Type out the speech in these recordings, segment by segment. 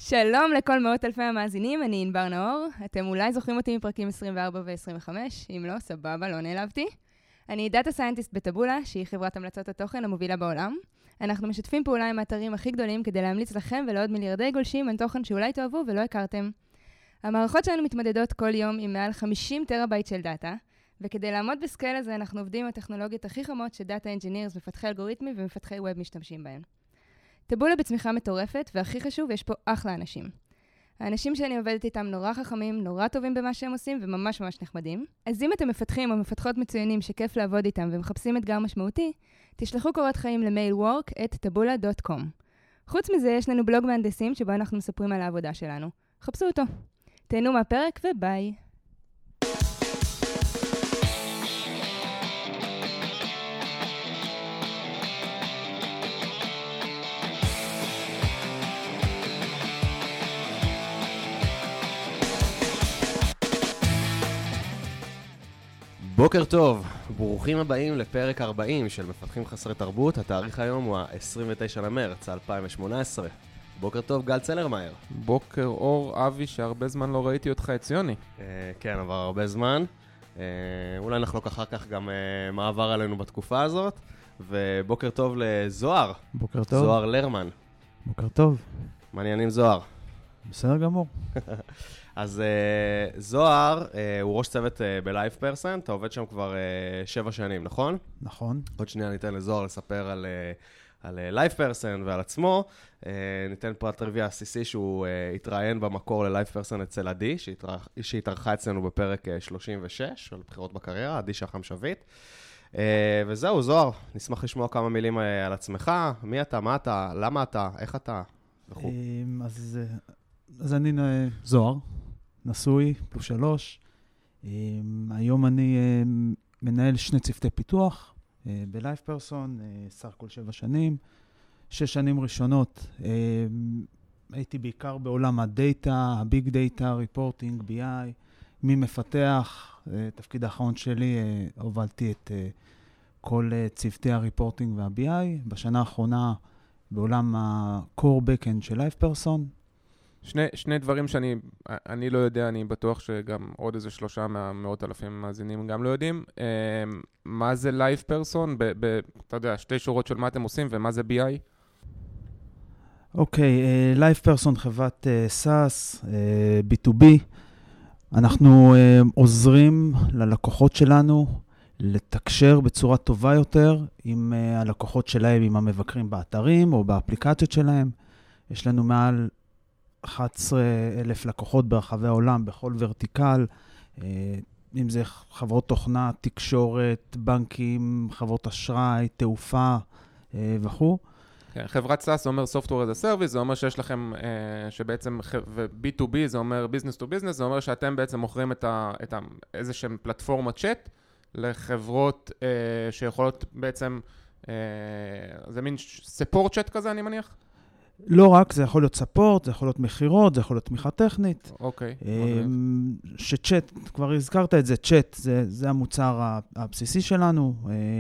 שלום לכל מאות אלפי המאזינים, אני ענבר נאור. אתם אולי זוכרים אותי מפרקים 24 ו-25, אם לא, סבבה, לא נעלבתי. אני דאטה סיינטיסט בטבולה, שהיא חברת המלצות התוכן המובילה בעולם. אנחנו משתפים פעולה עם האתרים הכי גדולים כדי להמליץ לכם ולעוד מיליארדי גולשים על תוכן שאולי תאהבו ולא הכרתם. המערכות שלנו מתמודדות כל יום עם מעל 50 טראבייט של דאטה, וכדי לעמוד בסקייל הזה אנחנו עובדים עם הטכנולוגיות הכי חמות שדאטה אנג'ינירס, מפתחי אלגוריתמים ומפתחי ווב משתמשים בהן. טבולה בצמיחה מטורפת, והכי חשוב, יש פה אחלה אנשים. האנשים שאני עובדת איתם נורא חכמים, נורא טובים במה שהם עושים, וממש ממש נחמדים. אז אם אתם מפתחים או מפתחות מצוינים שכיף לעבוד איתם ומחפשים אתגר משמעותי, תשלחו קורות חיים למייל work@tabula.com. חוץ מזה, יש לנו בלוג מהנדסים שבו אנחנו מספרים על העבודה שלנו. חפשו אותו. תהנו מהפרק וביי. בוקר טוב, ברוכים הבאים לפרק 40 של מפתחים חסרי תרבות. התאריך היום הוא ה-29 למרץ 2018. בוקר טוב, גל צלרמייר. בוקר אור, אבי, שהרבה זמן לא ראיתי אותך אציוני. כן, עבר הרבה זמן. אולי נחלוק אחר כך גם מה עבר עלינו בתקופה הזאת. ובוקר טוב לזוהר. בוקר טוב. זוהר לרמן. בוקר טוב. מעניינים זוהר. בסדר גמור. אז זוהר הוא ראש צוות בלייב פרסן, אתה עובד שם כבר 7 שנים, נכון? נכון. עוד שנייה ניתן לזוהר לספר על לייב פרסן ועל עצמו. ניתן פה טריוויה עסיסי שהוא התראיין במקור ללייב פרסן אצל עדי, שהתארחה אצלנו בפרק 36, על בחירות בקריירה, עדי שחם שביט. וזהו, זוהר, נשמח לשמוע כמה מילים על עצמך, מי אתה, מה אתה, למה אתה, איך אתה, וכו'. אז אני זוהר, נשוי, +3. היום אני מנהל 2 צוותי פיתוח בלייב פרסון, סך הכל 7 שנים. 6 שנים ראשונות הייתי בעיקר בעולם הדאטה, הביג דאטה, ריפורטינג, BI, ממפתח. תפקיד האחרון שלי הובלתי את כל צוותי הריפורטינג וה-BI. בשנה האחרונה בעולם ה-core backend של לייב פרסון. שני דברים שאני לא יודע, אני בטוח שגם עוד איזה 3 מהמאות אלפים מאזינים גם לא יודעים. מה זה לייב פרסון? אתה יודע, 2 שורות של מה אתם עושים ומה זה BI? אוקיי, לייב פרסון חברת SaaS, B2B. אנחנו עוזרים ללקוחות שלנו לתקשר בצורה טובה יותר עם הלקוחות שלהם, עם המבקרים באתרים או באפליקציות שלהם. יש לנו מעל 11,000 לקוחות ברחבי העולם, בכל ורטיקל, אם זה חברות תוכנה, תקשורת, בנקים, חברות אשראי, תעופה וכו'. חברת SaaS זה אומר Software as a Service, זה אומר שיש לכם, שבעצם, ו-B2B זה אומר Business to Business, זה אומר שאתם בעצם מוכרים את איזשהם פלטפורמת צ'אט לחברות שיכולות בעצם, זה מין support chat כזה, אני מניח? לא רק, זה יכול להיות ספורט, זה יכול להיות מחירות, זה יכול להיות תמיכה טכנית. אוקיי. שצ'אט, כבר הזכרת את זה, צ'אט, זה המוצר הבסיסי שלנו.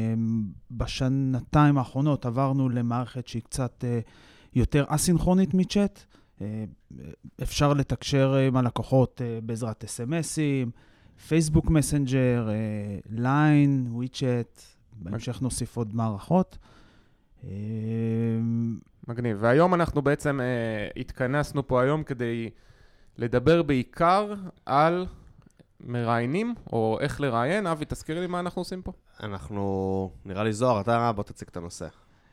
בשנתיים האחרונות עברנו למערכת שהיא קצת יותר אסינכרונית מצ'אט. אפשר לתקשר עם הלקוחות בעזרת SMSים, פייסבוק מסנג'ר, ליין, וויצ'אט, בהמשך נוסיף עוד מערכות. מגניב. והיום אנחנו בעצם התכנסנו פה היום כדי לדבר בעיקר על מראיינים, או איך לראיין. אבי, תזכיר לי מה אנחנו עושים פה. אנחנו, נראה לי זוהר, אתה בוא תציג את הנושא.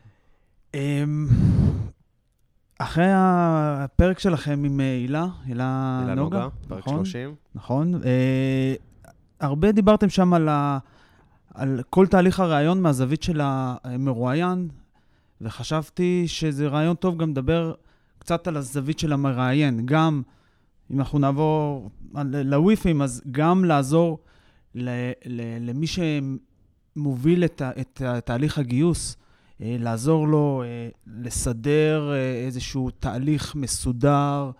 אחרי הפרק שלכם עם הילה נוגה, פרק 30. נכון. הרבה דיברתם שם על כל תהליך הרעיון מהזווית של המרואיין, וחשבתי שזה רעיון טוב גם לדבר קצת על הזווית של המראיין. גם, אם אנחנו נעבור לוויפים, אז גם לעזור למי שמוביל את תהליך הגיוס, לעזור לו לסדר איזשהו תהליך מסודר,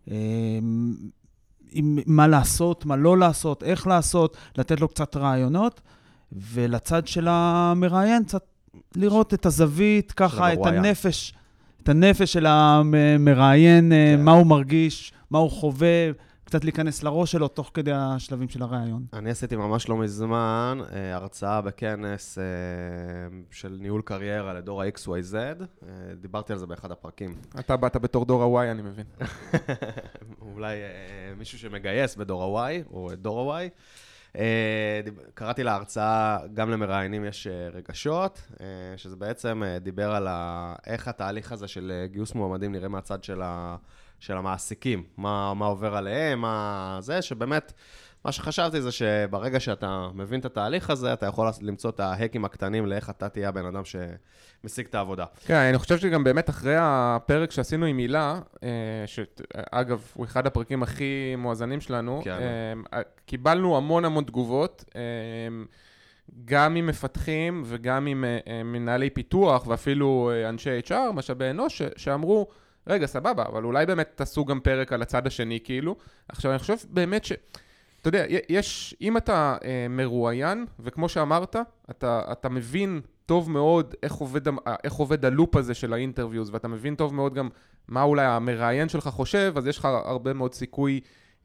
עם מה לעשות, מה לא לעשות, איך לעשות, לתת לו קצת רעיונות, ולצד של המראיין קצת לראות את הזווית, ככה את הנפש את הנפש של המראיין, מה הוא מרגיש, מה הוא חווה, קצת להיכנס לראש שלו תוך כדי השלבים של הרעיון. אני עשיתי ממש לא מזמן הרצאה בכנס של ניהול קריירה לדור ה-XYZ. דיברתי על זה באחד הפרקים. אתה באת בתור דור ה-Y, אני מבין. אולי מישהו שמגייס בדור ה-Y, או דור ה-Y. קראתי להרצאה, גם למראיינים יש רגשות, שזה בעצם דיבר על איך התהליך הזה של גיוס מועמדים נראה מהצד של המעסיקים, מה עובר עליהם, זה שבאמת, מה שחשבתי זה שברגע שאתה מבין את התהליך הזה, אתה יכול למצוא את ההקים הקטנים לאיך אתה תהיה הבן אדם שמשיג את העבודה. כן, אני חושב שגם באמת אחרי הפרק שעשינו עם הילה, שאגב, הוא אחד הפרקים הכי מואזנים שלנו, קיבלנו המון תגובות, גם עם מפתחים וגם עם מנהלי פיתוח, ואפילו אנשי HR, משאבי אנוש, שאמרו, רגע, סבבה, אבל אולי באמת תעשו גם פרק על הצד השני, כאילו. עכשיו, אני חושב באמת אתה יודע, אם אתה מרואיין, וכמו שאמרת, אתה מבין טוב מאוד איך עובד הלופ הזה של האינטרוויוז, ואתה מבין טוב מאוד גם מה אולי המראיין שלך חושב, אז יש לך הרבה מאוד סיכוי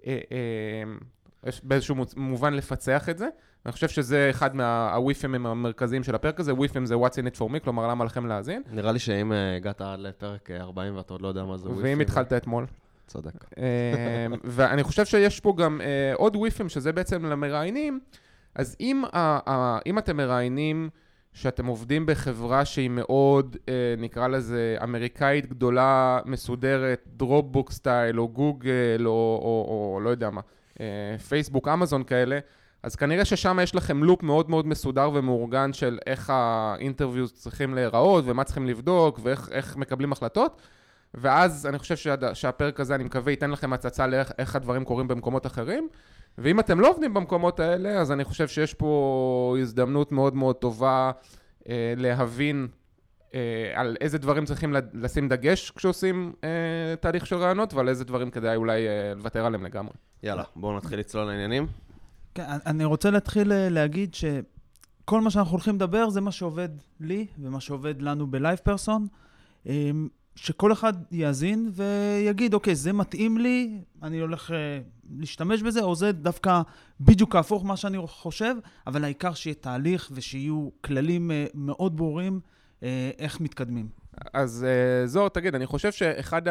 באיזשהו מובן לפצח את זה. אני חושב שזה אחד מהוויפים המרכזיים של הפרק הזה. וויפים זה What's in it for me, כלומר למה לכם להאזין. נראה לי שאם הגעת עד לפרק 40 ואתה עוד לא יודע מה זה וויפים. ואם התחלת אתמול. צודק. ואני חושב שיש פה גם עוד וויפים, שזה בעצם למראיינים. אז אם אתם מראיינים שאתם עובדים בחברה שהיא מאוד, נקרא לזה, אמריקאית גדולה, מסודרת, דרופבוק סטייל, או גוגל, או לא יודע מה, פייסבוק, אמזון כאלה, אז כנראה ששם יש לכם לופ מאוד מאוד מסודר ומאורגן של איך האינטרוויוז צריכים להיראות, ומה צריכים לבדוק, ואיך מקבלים החלטות. ואז אני חושב שהפרק הזה, אני מקווה, ייתן לכם הצצה לאיך הדברים קורים במקומות אחרים. ואם אתם לא עובדים במקומות האלה, אז אני חושב שיש פה הזדמנות מאוד מאוד טובה להבין על איזה דברים צריכים לשים דגש כשעושים תהליך של רעיונות, ועל איזה דברים כדאי אולי לוותר עליהם לגמרי. יאללה, בואו נתחיל לצלול לעניינים. כן, אני רוצה להתחיל להגיד שכל מה שאנחנו הולכים לדבר זה מה שעובד לי ומה שעובד לנו בלייב פרסון. שכל אחד יאזין ויגיד, אוקיי, זה מתאים לי, אני הולך להשתמש בזה, או זה דווקא בדיוק ההפוך מה שאני חושב, אבל העיקר שיהיה תהליך ושיהיו כללים מאוד ברורים איך מתקדמים. אז זו, תגיד, אני חושב שאחד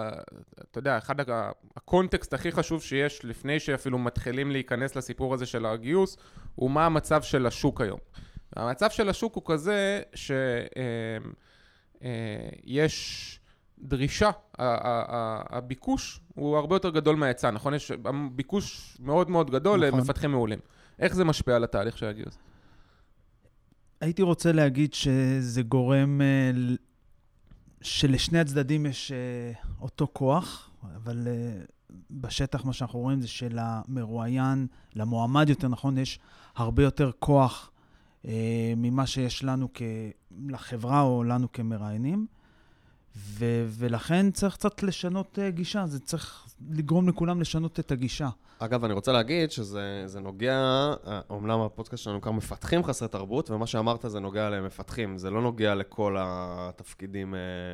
הקונטקסט הכי חשוב שיש לפני שאפילו מתחילים להיכנס לסיפור הזה של הגיוס, הוא מה המצב של השוק היום. המצב של השוק הוא כזה יש דרישה, הביקוש הוא הרבה יותר גדול מההיצע, נכון? יש ביקוש מאוד מאוד גדול למפתחים מעולים. איך זה משפיע על התהליך של הגיוס? הייתי רוצה להגיד שזה גורם שלשני הצדדים יש אותו כוח, אבל בשטח מה שאנחנו רואים זה שלמרואיין, למועמד יותר נכון, יש הרבה יותר כוח ממה שיש לנו לחברה או לנו כמראיינים, ולכן צריך קצת לשנות גישה, זה צריך לגרום לכולם לשנות את הגישה. אגב, אני רוצה להגיד שזה נוגע, אומנם הפודקאסט שלנו כבר מפתחים חסרי תרבות, ומה שאמרת זה נוגע למפתחים, זה לא נוגע לכל התפקידים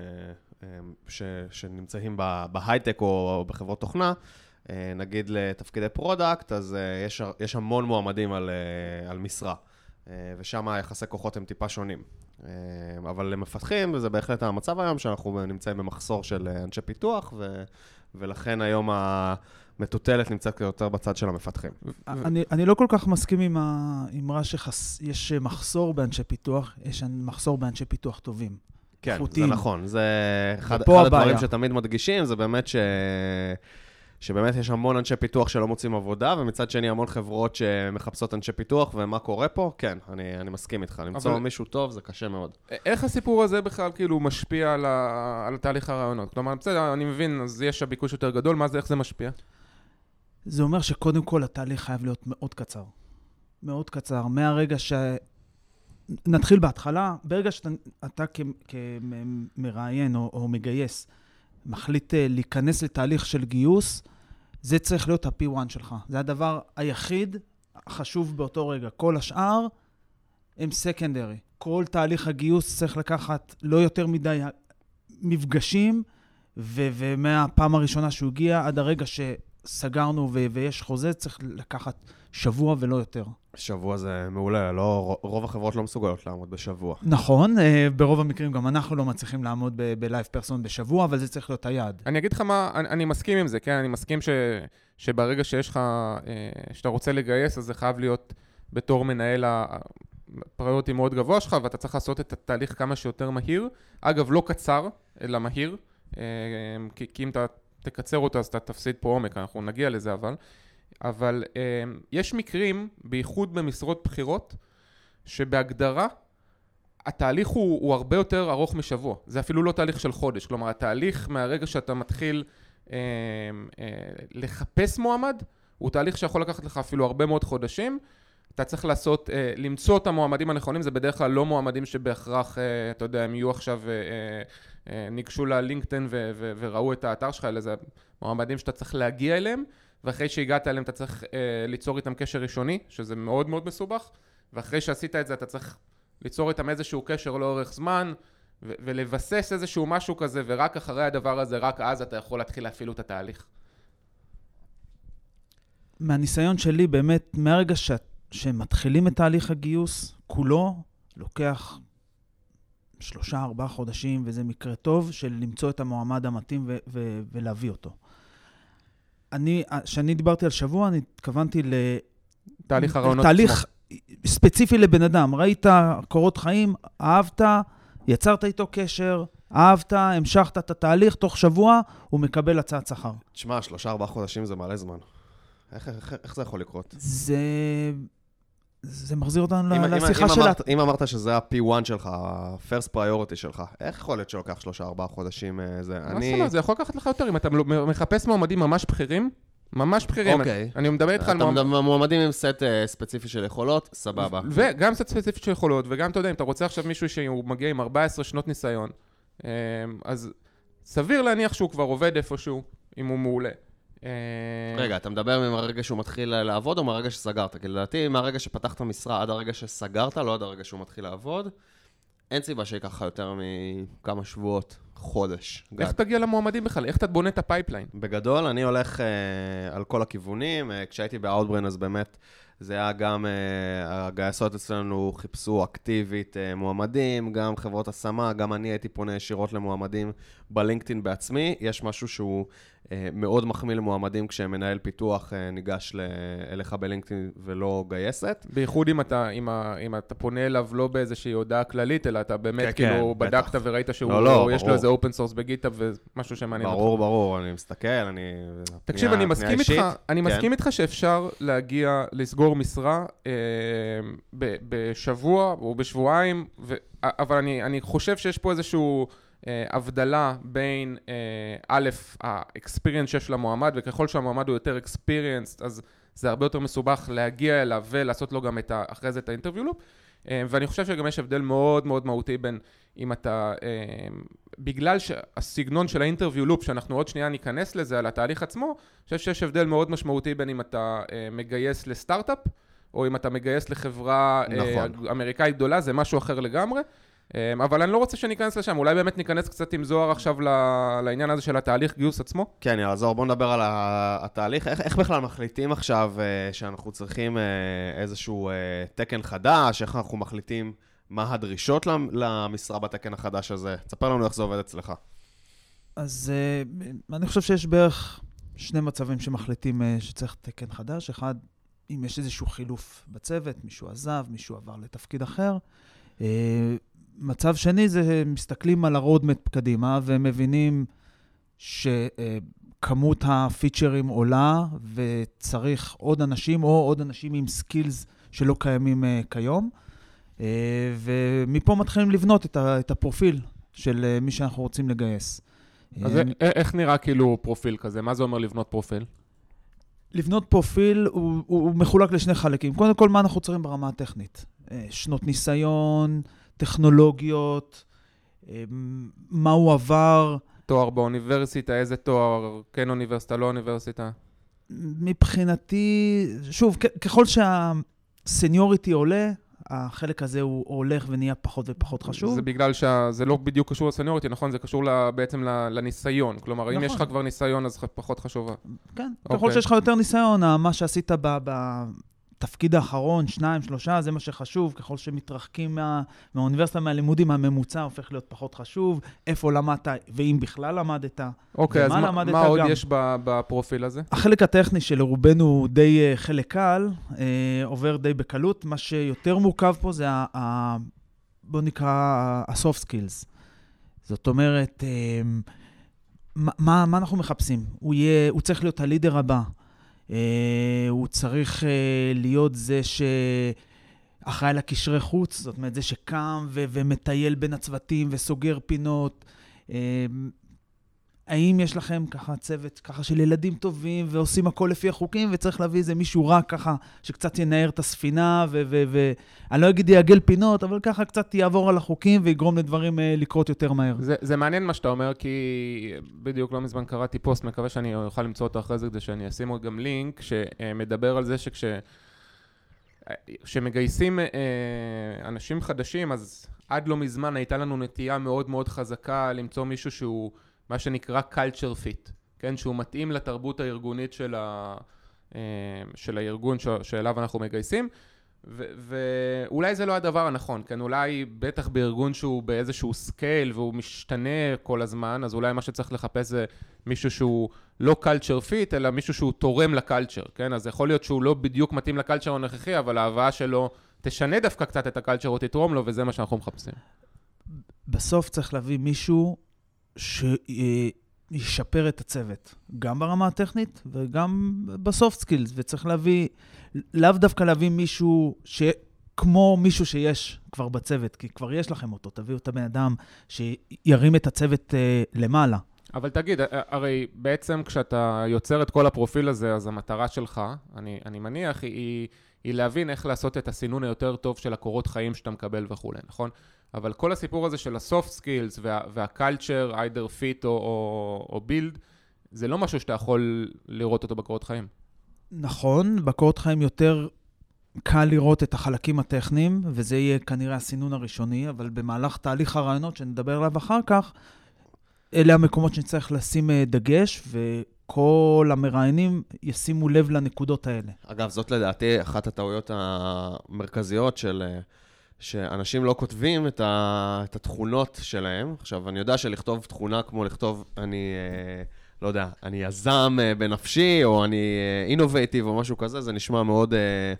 שנמצאים בהייטק או בחברות תוכנה. נגיד לתפקידי פרודקט, אז יש המון מועמדים על משרה. ושם היחסי כוחות הם טיפה שונים. אבל למפתחים, וזה בהחלט המצב היום, שאנחנו נמצאים במחסור של אנשי פיתוח, ולכן היום המטוטלת נמצאת יותר בצד של המפתחים. אני לא כל כך מסכים עם האמרה שיש מחסור באנשי פיתוח, יש מחסור באנשי פיתוח טובים. כן, זה נכון. זה אחד הדברים שתמיד מדגישים, זה באמת שבאמת יש המון אנשי פיתוח שלא מוצאים עבודה, ומצד שני המון חברות שמחפשות אנשי פיתוח, ומה קורה פה? כן, אני מסכים איתך. למצוא מישהו טוב זה קשה מאוד. איך הסיפור הזה בכלל כאילו משפיע על תהליך הרעיונות? כלומר, בסדר, אני מבין, אז יש הביקוש יותר גדול, איך זה משפיע? זה אומר שקודם כל התהליך חייב להיות מאוד קצר. מאוד קצר. מהרגע נתחיל בהתחלה, ברגע שאתה כמראיין או מגייס, מחליט להיכנס לתהליך של גיוס, זה צריך להיות ה-P1 שלך. זה הדבר היחיד החשוב באותו רגע. כל השאר הם סקנדרי. כל תהליך הגיוס צריך לקחת לא יותר מדי מפגשים, ומהפעם הראשונה שהוא הגיע, עד הרגע שסגרנו ויש חוזה, צריך לקחת שבוע ולא יותר. שבוע זה מעולה, רוב החברות לא מסוגלות לעמוד בשבוע. נכון, ברוב המקרים גם אנחנו לא מצליחים לעמוד בלייב פרסון בשבוע, אבל זה צריך להיות היעד. אני אגיד לך מה, אני מסכים עם זה, כן? אני מסכים שברגע שיש לך, שאתה רוצה לגייס, אז זה חייב להיות בתור מנהל הפריוריטי מאוד גבוה שלך, ואתה צריך לעשות את התהליך כמה שיותר מהיר. אגב, לא קצר, אלא מהיר, כי אם אתה תקצר אותו, אז אתה תפסיד פה עומק, אנחנו נגיע לזה אבל יש מקרים, בייחוד במשרות בחירות, שבהגדרה התהליך הוא הרבה יותר ארוך משבוע. זה אפילו לא תהליך של חודש. כלומר, התהליך מהרגע שאתה מתחיל לחפש מועמד, הוא תהליך שיכול לקחת לך אפילו הרבה מאוד חודשים. אתה צריך למצוא את המועמדים הנכונים, זה בדרך כלל לא מועמדים שבהכרח, אתה יודע, הם יהיו עכשיו, ניגשו ללינקדאין וראו את האתר שלך, אלא זה מועמדים שאתה צריך להגיע אליהם, ואחרי שהגעת אליהם אתה צריך ליצור איתם קשר ראשוני, שזה מאוד מאוד מסובך, ואחרי שעשית את זה אתה צריך ליצור איתם איזשהו קשר לאורך זמן, ולבסס איזשהו משהו כזה, ורק אחרי הדבר הזה, רק אז אתה יכול להתחיל להפעיל את התהליך. מהניסיון שלי, באמת, מהרגע שמתחילים את תהליך הגיוס, כולו לוקח 3-4 חודשים, וזה מקרה טוב של למצוא את המועמד המתאים ולהביא אותו. כשאני דיברתי על שבוע, אני התכוונתי תהליך הרעיונות תהליך ספציפי לבן אדם. ראית קורות חיים, אהבת, יצרת איתו קשר, אהבת, המשכת את התהליך, תוך שבוע הוא מקבל הצעת שכר. תשמע, 3-4 חודשים זה מלא זמן. איך זה יכול לקרות? זה מחזיר אותנו לשיחה שלה. אם אמרת שזה ה-P1 שלך, ה-First Priority שלך, איך יכול להיות שלוקח 3-4 חודשים? זה יכול לקחת לך יותר, אם אתה מחפש מועמדים ממש בכירים, ממש בכירים. אני מדבר איתך על מועמדים עם סט ספציפי של יכולות, סבבה. וגם סט ספציפי של יכולות, וגם אתה יודע, אם אתה רוצה עכשיו מישהו שהוא מגיע עם 14 שנות ניסיון, אז סביר להניח שהוא כבר עובד איפשהו, אם הוא מעולה. רגע, אתה מדבר מהרגע שהוא מתחיל לעבוד או מהרגע שסגרת? כי לדעתי, מהרגע שפתחת משרה עד הרגע שסגרת, לא עד הרגע שהוא מתחיל לעבוד, אין סיבה שיקח לך יותר מכמה שבועות, חודש. איך תגיע למועמדים בכלל? איך אתה בונה את הפייפליין? בגדול, אני הולך על כל הכיוונים. כשהייתי באוטברן, אז באמת זה היה גם, הגייסות אצלנו חיפשו אקטיבית מועמדים, גם חברות השמה, גם אני הייתי פונה ישירות למועמדים בלינקדאין בעצמי. יש משהו שהוא מאוד מחמיא למועמדים כשמנהל פיתוח ניגש אליך בלינקדאין ולא גייסת. בייחוד אם אתה פונה אליו לא באיזושהי הודעה כללית, אלא אתה באמת כאילו בדקת וראית שיש לו איזה אופן סורס בגיטאב ומשהו שמעניין אותך. ברור, אני מסתכל, תקשיב, אני מסכים איתך שאפשר להגיע, לסגור משרה בשבוע או בשבועיים, אבל אני חושב שיש פה איזשהו הבדלה בין א', האקספיריאנס שיש למועמד, וככל שהמועמד הוא יותר אקספיריאנס, אז זה הרבה יותר מסובך להגיע אליו ולעשות לו גם אחרי זה את האינטרוויו לופ. ואני חושב שגם יש הבדל מאוד מאוד מהותי בין אם אתה, בגלל שהסגנון של האינטרוויו לופ, שאנחנו עוד שנייה ניכנס לזה על התהליך עצמו, אני חושב שיש הבדל מאוד משמעותי בין אם אתה מגייס לסטארט-אפ, או אם אתה מגייס לחברה אמריקאית גדולה, זה משהו אחר לגמרי. אבל אני לא רוצה שניכנס לשם, אולי באמת ניכנס קצת עם זוהר עכשיו לעניין הזה של התהליך גיוס עצמו. כן, יאללה, זוהר, בוא נדבר על התהליך. איך בכלל מחליטים עכשיו שאנחנו צריכים איזשהו תקן חדש? איך אנחנו מחליטים מה הדרישות למשרה בתקן החדש הזה? תספר לנו איך זה עובד אצלך. אז אני חושב שיש בערך 2 מצבים שמחליטים שצריך תקן חדש. אחד, אם יש איזשהו חילוף בצוות, מישהו עזב, מישהו עבר לתפקיד אחר. מצב שני זה מסתכלים על הרודמפ קדימה ומבינים שכמות הפיצ'רים עולה וצריך עוד אנשים או עוד אנשים עם סקילס שלא קיימים כיום. ומפה מתחילים לבנות את הפרופיל של מי שאנחנו רוצים לגייס. אז איך נראה כאילו פרופיל כזה? מה זה אומר לבנות פרופיל? לבנות פרופיל הוא מחולק לשני חלקים. קודם כל, מה אנחנו צריכים ברמה הטכנית? שנות ניסיון, טכנולוגיות, מה הוא עבר. תואר באוניברסיטה, איזה תואר, כן אוניברסיטה, לא אוניברסיטה? מבחינתי, שוב, ככל שהסניוריטי עולה, החלק הזה הוא הולך ונהיה פחות ופחות חשוב. זה בגלל שזה לא בדיוק קשור לסניוריטי, נכון? זה קשור בעצם לניסיון. כלומר, אם יש לך כבר ניסיון, אז פחות חשובה. כן, ככל שיש לך יותר ניסיון, מה שעשית בתפקיד האחרון, 2, 3, זה מה שחשוב. ככל שמתרחקים מהאוניברסיטה, מהלימודים, הממוצע הופך להיות פחות חשוב. איפה למדת, ואם בכלל למדת. אוקיי, אז מה עוד יש בפרופיל הזה? החלק הטכני של רובנו די חלק קל, עובר די בקלות. מה שיותר מורכב פה זה בוא נקרא ה-soft skills. זאת אומרת, מה אנחנו מחפשים? הוא צריך להיות הלידר הבא. הוא צריך להיות זה שאחראי לקשרי חוץ, זאת אומרת, זה שקם ומטייל בין הצוותים וסוגר פינות. האם יש לכם ככה צוות ככה של ילדים טובים ועושים הכל לפי החוקים, וצריך להביא איזה מישהו רק ככה שקצת ינער את הספינה, אני לא אגיד יעגל פינות, אבל ככה קצת יעבור על החוקים ויגרום לדברים לקרות יותר מהר. זה מעניין מה שאתה אומר, כי בדיוק לא מזמן קראתי פוסט, מקווה שאני אוכל למצוא אותו אחרי זה, כדי שאני אשים גם לינק שמדבר על זה כשמגייסים אנשים חדשים, אז עד לא מזמן הייתה לנו נטייה מאוד מאוד חזקה למצוא מישהו שהוא מה שנקרא culture fit, כן? שהוא מתאים לתרבות הארגונית של הארגון שאליו אנחנו מגייסים, ואולי זה לא הדבר הנכון, כן? אולי בטח בארגון שהוא באיזשהו סקייל והוא משתנה כל הזמן, אז אולי מה שצריך לחפש זה מישהו שהוא לא culture fit, אלא מישהו שהוא תורם לקלצ'ר, כן? אז יכול להיות שהוא לא בדיוק מתאים לקלצ'ר הנוכחי, אבל ההבאה שלו תשנה דווקא קצת את הקלצ'ר או תתרום לו, וזה מה שאנחנו מחפשים. בסוף צריך להביא מישהו שישפר את הצוות, גם ברמה הטכנית וגם בסופט סקילס, וצריך להביא, לאו דווקא להביא מישהו כמו מישהו שיש כבר בצוות, כי כבר יש לכם אותו, תביאו את הבן אדם שירים את הצוות למעלה. אבל תגיד, הרי בעצם כשאתה יוצר את כל הפרופיל הזה, אז המטרה שלך, אני מניח, היא להבין איך לעשות את הסינון היותר טוב של הקורות חיים שאתה מקבל וכו', נכון? אבל כל הסיפור הזה של ה-soft skills וה-culture, either fit או build, זה לא משהו שאתה יכול לראות אותו בקורות חיים. נכון, בקורות חיים יותר קל לראות את החלקים הטכניים, וזה יהיה כנראה הסינון הראשוני, אבל במהלך תהליך הרעיונות שנדבר עליו אחר כך, אלה המקומות שנצטרך לשים דגש, וכל המראיינים ישימו לב לנקודות האלה. אגב, זאת לדעתי אחת הטעויות המרכזיות שאנשים לא כותבים את התכונות שלהם. עכשיו, אני יודע שלכתוב תכונה כמו לכתוב, לא יודע, אני יזם בנפשי, או אני אינובייטיב או משהו כזה, זה נשמע מאוד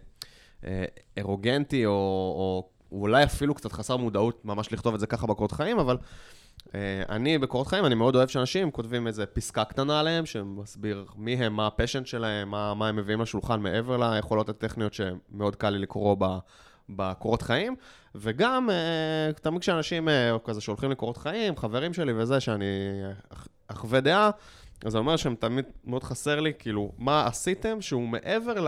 אירוגנטי, או אולי אפילו קצת חסר מודעות ממש לכתוב את זה ככה בקורות חיים, אבל אני בקורות חיים, אני מאוד אוהב שאנשים כותבים איזה פסקה קטנה עליהם, שמסביר מי הם, מה הפשן שלהם, מה הם מביאים לשולחן מעבר ליכולות הטכניות שמאוד קל לי לקרוא בקורות חיים, וגם תמיד כשאנשים כזה שהולכים לקורות חיים, חברים שלי וזה, שאני אחווה דעה, אז אני אומר שהם תמיד מאוד חסר לי, כאילו, מה עשיתם שהוא מעבר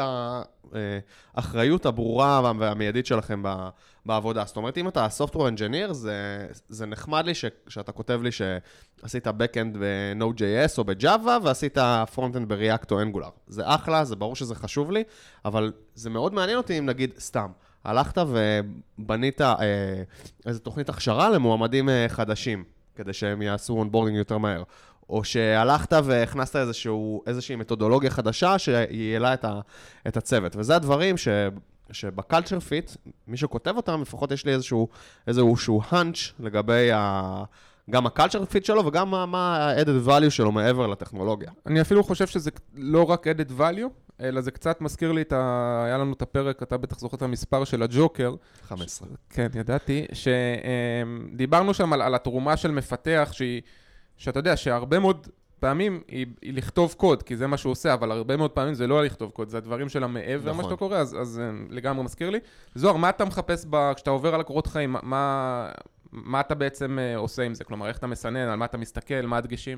לאחריות הברורה והמיידית שלכם בעבודה. זאת אומרת, אם אתה software engineer, זה נחמד לי שאתה כותב לי שעשית backend ב-Node.js או ב-Java, ועשית frontend ב-React או Angular. זה אחלה, זה ברור שזה חשוב לי, אבל זה מאוד מעניין אותי אם נגיד סתם, הלכת ובנית איזו תוכנית הכשרה למועמדים חדשים, כדי שהם יעשו onboarding יותר מהר. או שהלכת והכנסת איזושהי מתודולוגיה חדשה שיעלה את הצוות. וזה הדברים שבקלצ'ר פיט, מי שכותב אותם, לפחות יש לי איזשהו hunch לגבי גם הקלצ'ר פיט שלו וגם מה ה-added value שלו מעבר לטכנולוגיה. אני אפילו חושב שזה לא רק added value, אלא זה קצת מזכיר לי היה לנו את הפרק, אתה בטח זוכר את המספר של הג'וקר. 15. כן, ידעתי, שדיברנו שם על התרומה של מפתח שאתה יודע שהרבה מאוד פעמים היא לכתוב קוד, כי זה מה שהוא עושה, אבל הרבה מאוד פעמים זה לא לכתוב קוד, זה הדברים שלה מעבר, מה שאתה קורא, אז לגמרי מזכיר לי. זוהר, מה אתה מחפש כשאתה עובר על הקורות חיים? מה אתה בעצם עושה עם זה? כלומר, איך אתה מסנן, על מה אתה מסתכל, מה הדגשים?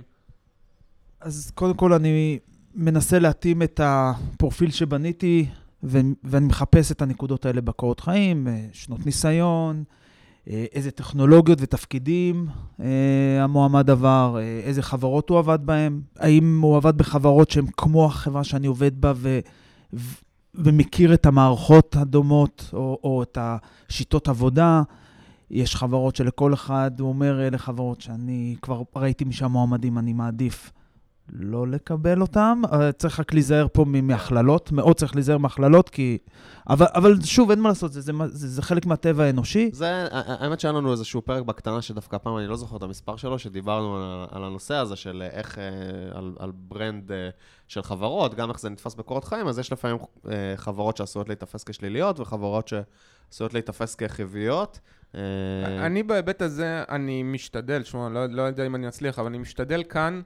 אז קודם כל אני מנסה להתאים את הפרופיל שבניתי, ואני מחפש את הנקודות האלה בקורות חיים, שנות ניסיון, איזה טכנולוגיות ותפקידים המועמד עבר, איזה חברות הוא עבד בהם, האם הוא עבד בחברות שהן כמו החברה שאני עובד בה, ומכיר את המערכות הדומות, או את השיטות עבודה. יש חברות שלכל אחד, הוא אומר, אלה חברות שאני כבר ראיתי משם מועמדים, אני מעדיף לא לקבל אותם. צריך רק להיזהר פה מהכללות, מאוד צריך להיזהר מהכללות, כי... אבל שוב, אין מה לעשות, זה חלק מהטבע האנושי. האמת שהיה לנו איזשהו פרק בקטנה, שדווקא פעם אני לא זוכר את המספר שלו, שדיברנו על הנושא הזה של איך, על ברנד של חברות, גם איך זה נתפס בקורות חיים, אז יש לפעמים חברות שעשויות להתאפס כשליליות, וחברות שעשויות להתאפס כחיוביות. אני בהיבט הזה, אני משתדל, לא יודע אם אני אצליח, אבל אני משתדל כאן,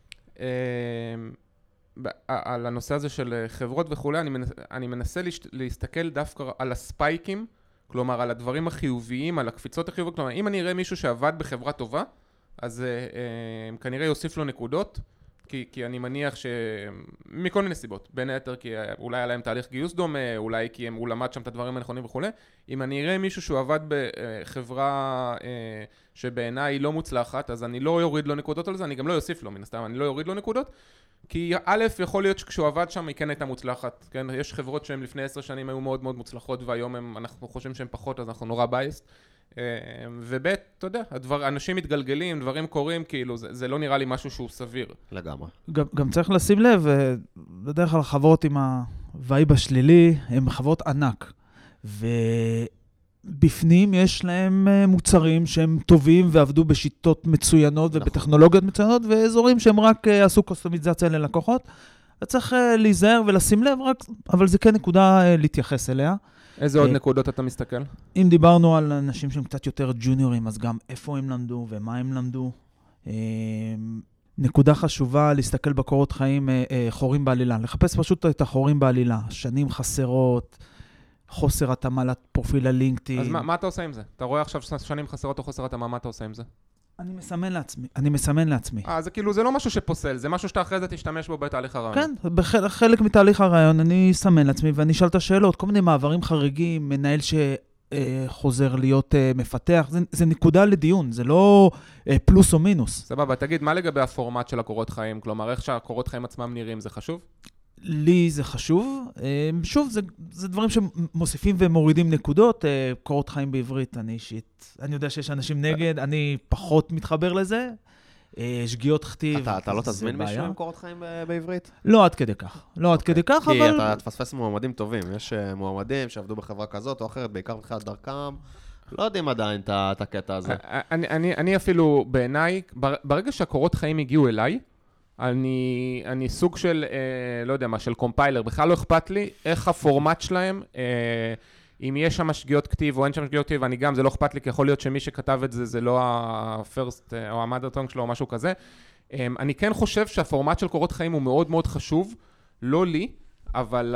על הנושא הזה של חברות וכו', אני מנסה להסתכל דווקא על הספייקים, כלומר על הדברים החיוביים, על הקפיצות החיוביות, כלומר אם אני אראה מישהו שעבד בחברה טובה, אז כנראה יוסיף לו נקודות, כי אני מניח מכל מיני סיבות, בין היתר כי אולי היה להם תהליך גיוס דומה, אולי כי הוא למד שם את הדברים הנכונים וכו'. אם אני אראה מישהו שהוא עבד בחברה שבעיניי היא לא מוצלחת, אז אני לא יוריד לו נקודות על זה, אני גם לא יוסיף לו מן הסתם, אני לא יוריד לו נקודות, כי א', יכול להיות שכשהוא עבד שם היא כן הייתה מוצלחת, כן? יש חברות שהן לפני 10 שנים היו מאוד מאוד מוצלחות, והיום אנחנו חושבים שהן פחות, אז אנחנו נורא בייסט. וב', אתה יודע, אנשים מתגלגלים, דברים קורים, כאילו, זה לא נראה לי משהו שהוא סביר. לגמרי. גם צריך לשים לב, בדרך כלל חברות עם הווייב השלילי, הן חברות ענק. ובפנים יש להם מוצרים שהם טובים ועבדו בשיטות מצוינות ובטכנולוגיות מצוינות, ואזורים שהם רק עשו קוסטומיזציה ללקוחות. צריך להיזהר ולשים לב, אבל זה כן נקודה להתייחס אליה. איזה עוד נקודות אתה מסתכל? אם דיברנו על אנשים שהם קצת יותר ג'וניורים, אז גם איפה הם למדו ומה הם למדו. נקודה חשובה, להסתכל בקורות חיים חורים בעלילה. לחפש פשוט את החורים בעלילה. שנים חסרות, חוסר התאמה לפרופיל הלינקדאין. אז מה אתה עושה עם זה? אתה רואה עכשיו שנים חסרות או חוסר התאמה, מה אתה עושה עם זה? אני מסמן לעצמי. זה כאילו, זה לא משהו שפוסל, זה משהו שאתה אחרי זה תשתמש בו בתהליך הרעיון. כן, בחלק מתהליך הרעיון אני אסמן לעצמי ואני אשאל את השאלות, כל מיני מעברים חריגים, מנהל שחוזר להיות מפתח, זה נקודה לדיון, זה לא פלוס או מינוס. סבבה, תגיד, מה לגבי הפורמט של הקורות חיים? כלומר, איך שהקורות חיים עצמם נראים, זה חשוב? לי זה חשוב. שוב, זה דברים שמוסיפים ומורידים נקודות. קורות חיים בעברית, אני אישית, אני יודע שיש אנשים נגד, אני פחות מתחבר לזה. שגיאות כתיב, אתה לא תזמין מישהו עם קורות חיים בעברית? לא עד כדי כך. לא עד כדי כך, אבל... כי אתה תפספס מועמדים טובים. יש מועמדים שעבדו בחברה כזאת או אחרת, בעיקר בתחילת דרכם. לא יודעים עדיין את הקטע הזה. אני אפילו, בעיניי, ברגע שהקורות חיים הגיעו אליי, אני סוג של, לא יודע מה, של קומפיילר, בכלל לא אכפת לי איך הפורמט שלהם, אם יש שם שגיאות כתיב או אין שם שגיאות כתיב, אני גם, זה לא אכפת לי, כי יכול להיות שמי שכתב את זה, זה לא ה-first או ה-mother tongue שלו או משהו כזה. אני כן חושב שהפורמט של קורות חיים הוא מאוד מאוד חשוב, לא לי, אבל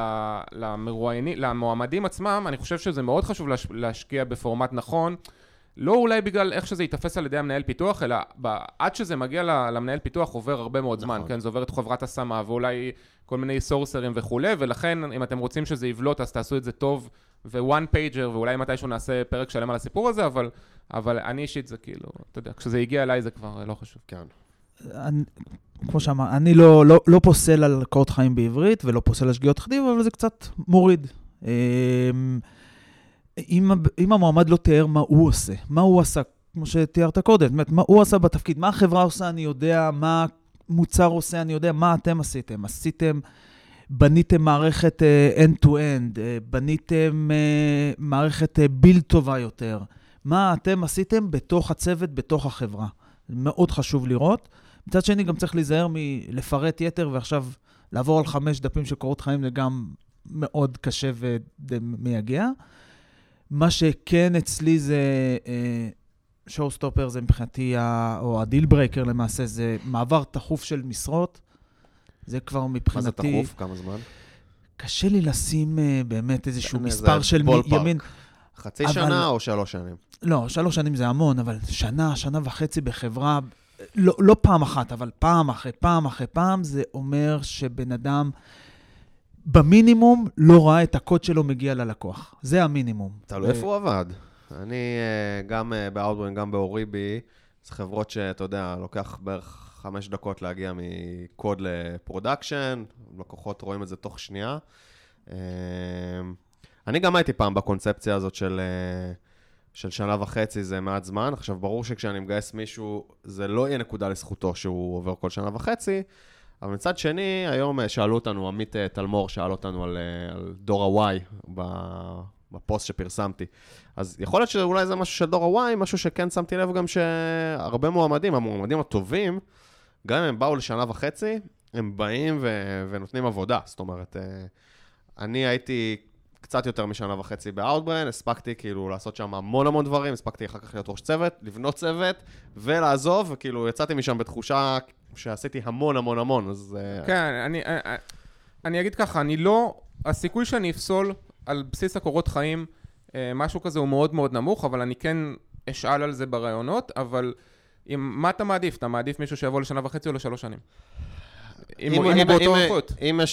למועמדים עצמם, אני חושב שזה מאוד חשוב להשקיע בפורמט נכון, לא אולי בגלל איך שזה יתפס על ידי המנהל פיתוח, אלא עד שזה מגיע למנהל פיתוח עובר הרבה מאוד זמן, כן? זה עובר את חברת השמה, ואולי כל מיני סורסרים וכו', ולכן אם אתם רוצים שזה יבלוט, אז תעשו את זה טוב, ו-one pager, ואולי מתישהו נעשה פרק שלם על הסיפור הזה, אבל אני אישית זה כאילו, אתה יודע, כשזה הגיע אליי זה כבר לא חשוב. כן. כמו שאמר, אני לא פוסל על קורות חיים בעברית, ולא פוסל על שגיאות כתיב, אבל זה קצת מוריד. אם המועמד לא תיאר מה הוא עושה, מה הוא עשה, כמו שתיארת קודם, באמת, מה הוא עשה בתפקיד, מה החברה עושה, אני יודע, מה המוצר עושה, אני יודע, מה אתם עשיתם, בניתם מערכת end-to-end, בניתם מערכת build טובה יותר, מה אתם עשיתם בתוך הצוות, בתוך החברה. מאוד חשוב לראות. מצד שני, גם צריך להיזהר מלפרט יתר, ועכשיו לעבור על 5 דפים של קורות חיים, זה גם מאוד קשה ומייגע. מה שכן אצלי זה שואו-סטופר, זה מבחינתי, או הדיל ברקר למעשה, זה מעבר תחוף של משרות. זה כבר מבחינתי... מה זה תחוף? כמה זמן? קשה לי לשים באמת איזשהו מספר של ימין. חצי שנה או 3 שנים? לא, 3 שנים זה המון, אבל שנה וחצי בחברה, לא פעם אחת, אבל פעם אחרי פעם אחרי פעם, זה אומר שבן אדם... במינימום לא ראה את הקוד שלו מגיע ללקוח. זה המינימום. תלוי איפה הוא עבד. אני גם באוטברן, גם באוריבי, זה חברות שאתה יודע, לוקח בערך 5 דקות להגיע מקוד לפרודקשן, לקוחות רואים את זה תוך שנייה, אני גם הייתי פעם בקונספציה הזאת של שנה וחצי, זה מעט זמן. עכשיו, ברור שכשאני מגייס מישהו, זה לא יהיה נקודה לזכותו שהוא עובר כל שנה וחצי, אבל מצד שני, היום שאלו אותנו, עמית תלמור שאל אותנו על דור ה-Y בפוסט שפרסמתי. אז יכול להיות שאולי זה משהו של דור ה-Y, משהו שכן שמתי לב גם שהרבה מועמדים, המועמדים הטובים, גם אם הם באו לשנה וחצי, הם באים ונותנים עבודה. זאת אומרת, אני הייתי קצת יותר משנה וחצי ב-Outbrain, הספקתי כאילו לעשות שם המון דברים, הספקתי אחר כך להיות ראש צוות, לבנות צוות ולעזוב, וכאילו יצאתי משם בתחושה שעשיתי המון, אז... כן, אני אגיד ככה, הסיכוי שאני אפסול על בסיס הקורות חיים, משהו כזה הוא מאוד נמוך, אבל אני כן אשאל על זה ברעיונות, אבל מה אתה מעדיף? אתה מעדיף מישהו שיבוא לשנה וחצי או ל3 שנים? אם הוא באותו איכות.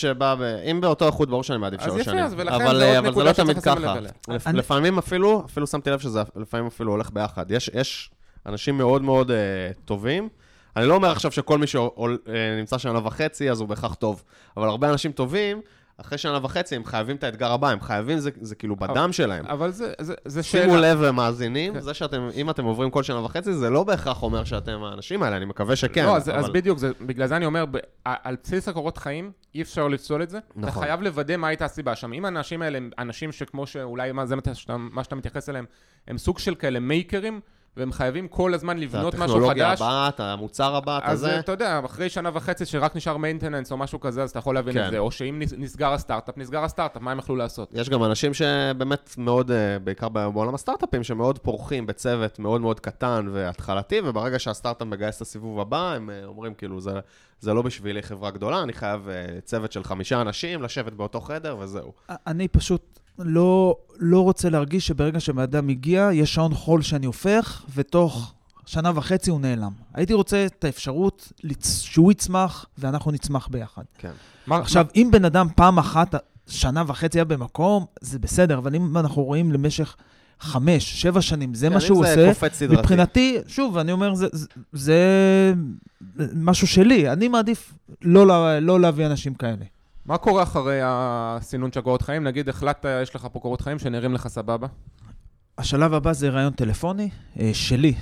אם באותו איכות, ברור שאני מעדיף 3 שנים. אז יפה, ולכן זה עוד נקודה שצריך לשים לב אליה. לפעמים אפילו שמתי לב שזה לפעמים אפילו הולך ביחד. יש אנשים מאוד טובים. אני לא אומר עכשיו שכל מי שנמצא שנה וחצי, אז הוא בהכרח טוב. אבל הרבה אנשים טובים, אחרי שנה וחצי, הם חייבים את האתגר הבא, הם חייבים, זה כאילו בדם שלהם. אבל זה שאלה. שימו לב ומאזינים, זה שאתם, אם אתם עוברים כל שנה וחצי, זה לא בהכרח אומר שאתם האנשים האלה, אני מקווה שכן. לא, אז בדיוק, בגלל זה אני אומר, על בסיס הקורות חיים, אי אפשר לפסול את זה. אתה חייב לוודא מה הייתה הסיבה שם. אם האנשים האלה הם אנשים שכמו שאולי זה מה שאתה מתייחס אליהם, הם סוג של כאלה מייקרים, והם חייבים כל הזמן לבנות משהו חדש. הטכנולוגיה הבאה, המוצר הבא, אז אתה יודע, אחרי שנה וחצי שרק נשאר maintenance או משהו כזה, אז אתה יכול להבין את זה. או שאם נסגר הסטארט-אפ, מה הם יכלו לעשות? יש גם אנשים שבאמת מאוד, בעיקר בעולם הסטארט-אפים, שמאוד פורחים בצוות מאוד קטן והתחלתי, וברגע שהסטארט-אפ מגייס את הסיבוב הבא, הם אומרים כאילו, זה לא בשבילי חברה גדולה, אני חייב צוות של 5 אנשים, לשבת באותו חדר וזהו. אני פשוט לא רוצה להרגיש שברגע שבאדם מגיע, יש שעון חול שאני הופך, ותוך שנה וחצי הוא נעלם. הייתי רוצה את האפשרות שהוא יצמח, ואנחנו נצמח ביחד. כן. עכשיו, אם בן אדם פעם אחת, שנה וחצי היה במקום, זה בסדר, אבל אם אנחנו רואים למשך 5-7 שנים, זה מה שהוא עושה, מבחינתי, שוב, אני אומר, זה משהו שלי. אני מעדיף לא להביא אנשים כאלה. מה קורה אחרי הסינון של קורות חיים? נגיד, החלטת, יש לך פה קורות חיים שנראים לך סבבה? השלב הבא זה רעיון טלפוני שלי,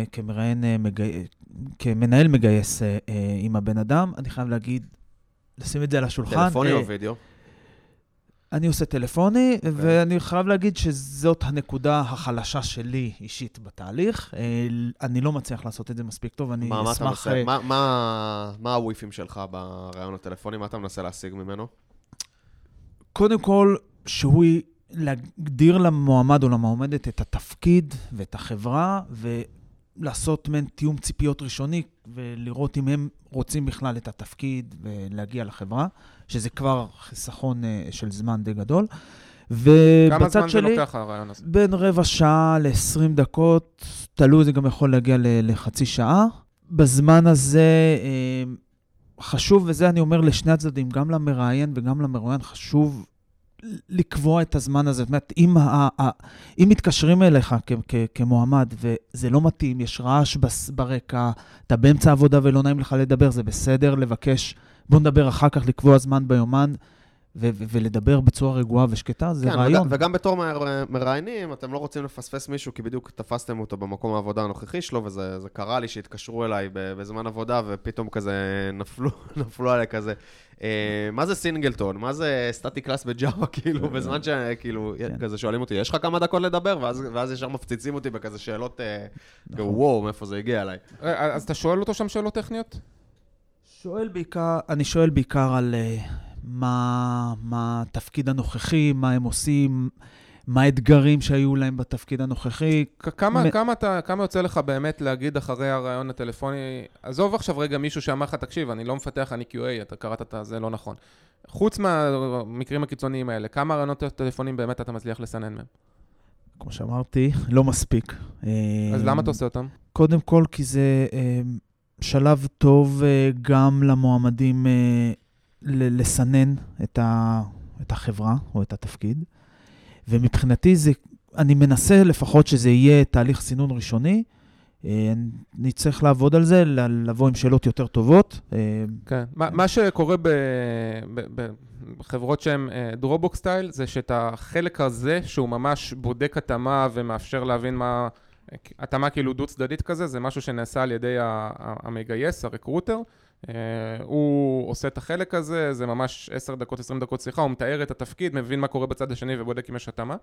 כמנהל מגייס עם הבן אדם. אני חייב להגיד, לשים את זה על השולחן. טלפוני או וידאו? אני עושה טלפוני, ואני חייב להגיד שזאת הנקודה החלשה שלי אישית בתהליך. אני לא מצליח לעשות את זה מספיק טוב, אני אשמח... מה הוויפים שלך ברעיון הטלפוני? מה אתה מנסה להשיג ממנו? קודם כל, שהוא להגדיר למועמד או למועמדת את התפקיד ואת החברה, ולעשות מן תיאום ציפיות ראשוני, ולראות אם הם רוצים בכלל את התפקיד ולהגיע לחברה, שזה כבר חיסכון של זמן די גדול. כמה זמן זה לוקח הרעיון הזה? בין רבע שעה ל-20 דקות, תלוי, זה גם יכול להגיע לחצי שעה. בזמן הזה חשוב, וזה אני אומר לשני הצדדים, גם למראיין וגם למרואיין, חשוב לקבוע את הזמן הזה. זאת אומרת, אם מתקשרים אליך כמועמד, וזה לא מתאים, יש רעש ברקע, אתה באמצע עבודה ולא נעים לך לדבר, זה בסדר לבקש, בוא נדבר אחר כך, לקבוע זמן ביומן, ולדבר בצורה רגועה ושקטה, זה רעיון. וגם בתור מראיינים, אתם לא רוצים לפספס מישהו, כי בדיוק תפסתם אותו במקום העבודה הנוכחי שלו, וזה קרה לי שהתקשרו אליי בזמן עבודה, ופתאום כזה נפלו עליי כזה. מה זה סינגלטון? מה זה סטטי קלאס בג'אווה? כאילו, בזמן שכאילו, כזה שואלים אותי, יש לך כמה דקות לדבר? ואז ישר מפציצים אותי בכזה שאלות, וואו, מאיפה זה הגיע אליי. אז אתה שואל אותו שם שאלות טכניות? אני שואל בעיקר על מה התפקיד הנוכחי, מה הם עושים, מה האתגרים שהיו להם בתפקיד הנוכחי. כמה יוצא לך באמת להגיד אחרי הרעיון הטלפוני, עזוב עכשיו רגע מישהו שאמר לך, תקשיב, אני לא מפתח, אני QA, אתה קראת את זה, לא נכון. חוץ מהמקרים הקיצוניים האלה, כמה רעיונות טלפונים באמת אתה מצליח לסנן מהם? כמו שאמרתי, לא מספיק. אז למה אתה עושה אותם? קודם כל, כי זה שלב טוב גם למועמדים לסנן את החברה או את התפקיד. ומבחינתי אני מנסה לפחות שזה יהיה תהליך סינון ראשוני, אני צריך לעבוד על זה, לבוא עם שאלות יותר טובות. כן. מה שקורה בחברות שהן דרופבוקס סטייל, זה שאת החלק הזה, שהוא ממש בודק התאמה ומאפשר להבין מה, התאמה כאילו דו צדדית כזה, זה משהו שנעשה על ידי המגייס, הרקרוטר. הוא עושה את החלק הזה, זה ממש 10 דקות, 20 דקות שיחה, הוא מתאר את התפקיד, מבין מה קורה בצד השני ובודק אם יש התאמה.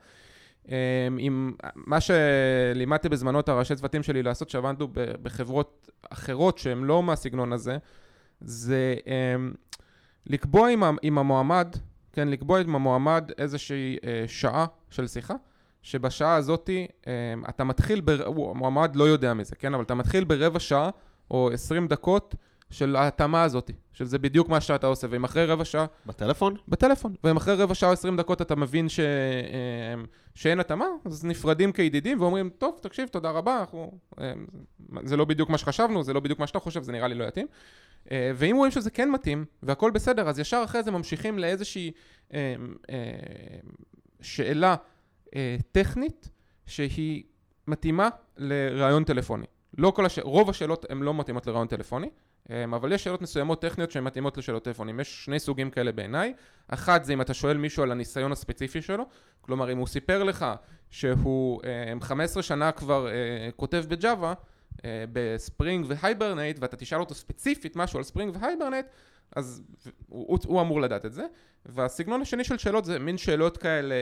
מה שלימדתי בזמנו את הראשי צוותים שלי לעשות, שעבדנו בחברות אחרות שהן לא מהסגנון הזה, זה לקבוע עם המועמד, כן, לקבוע עם המועמד איזושהי שעה של שיחה, שבשעה הזאת אתה מתחיל, המועמד לא יודע מזה, כן, אבל אתה מתחיל ברבע שעה או 20 דקות של ההתאמה הזאת, שזה בדיוק מה שאתה עושה, ואם אחרי רבע שעה... בטלפון? בטלפון, ואם אחרי רבע שעה או 20 דקות אתה מבין שאין התאמה, אז נפרדים כידידים ואומרים, טוב, תקשיב, תודה רבה, זה לא בדיוק מה שחשבנו, זה לא בדיוק מה שאתה חושב, זה נראה לי לא יתאים. ואם רואים שזה כן מתאים, והכל בסדר, אז ישר אחרי זה ממשיכים לאיזושהי שאלה טכנית, שהיא מתאימה לרעיון טלפוני. רוב השאלות הן לא מתאימות לרעיון טלפוני, אבל יש שאלות מסוימות טכניות שהן מתאימות לשאלות טלפונים. יש שני סוגים כאלה בעיניי. אחד זה אם אתה שואל מישהו על הניסיון הספציפי שלו, כלומר אם הוא סיפר לך שהוא 15 שנה כבר כותב בג'אווה, בספרינג והייברנייט, ואתה תשאל אותו ספציפית משהו על ספרינג והייברנייט, אז הוא אמור לדעת את זה. והסגנון השני של שאלות זה מין שאלות כאלה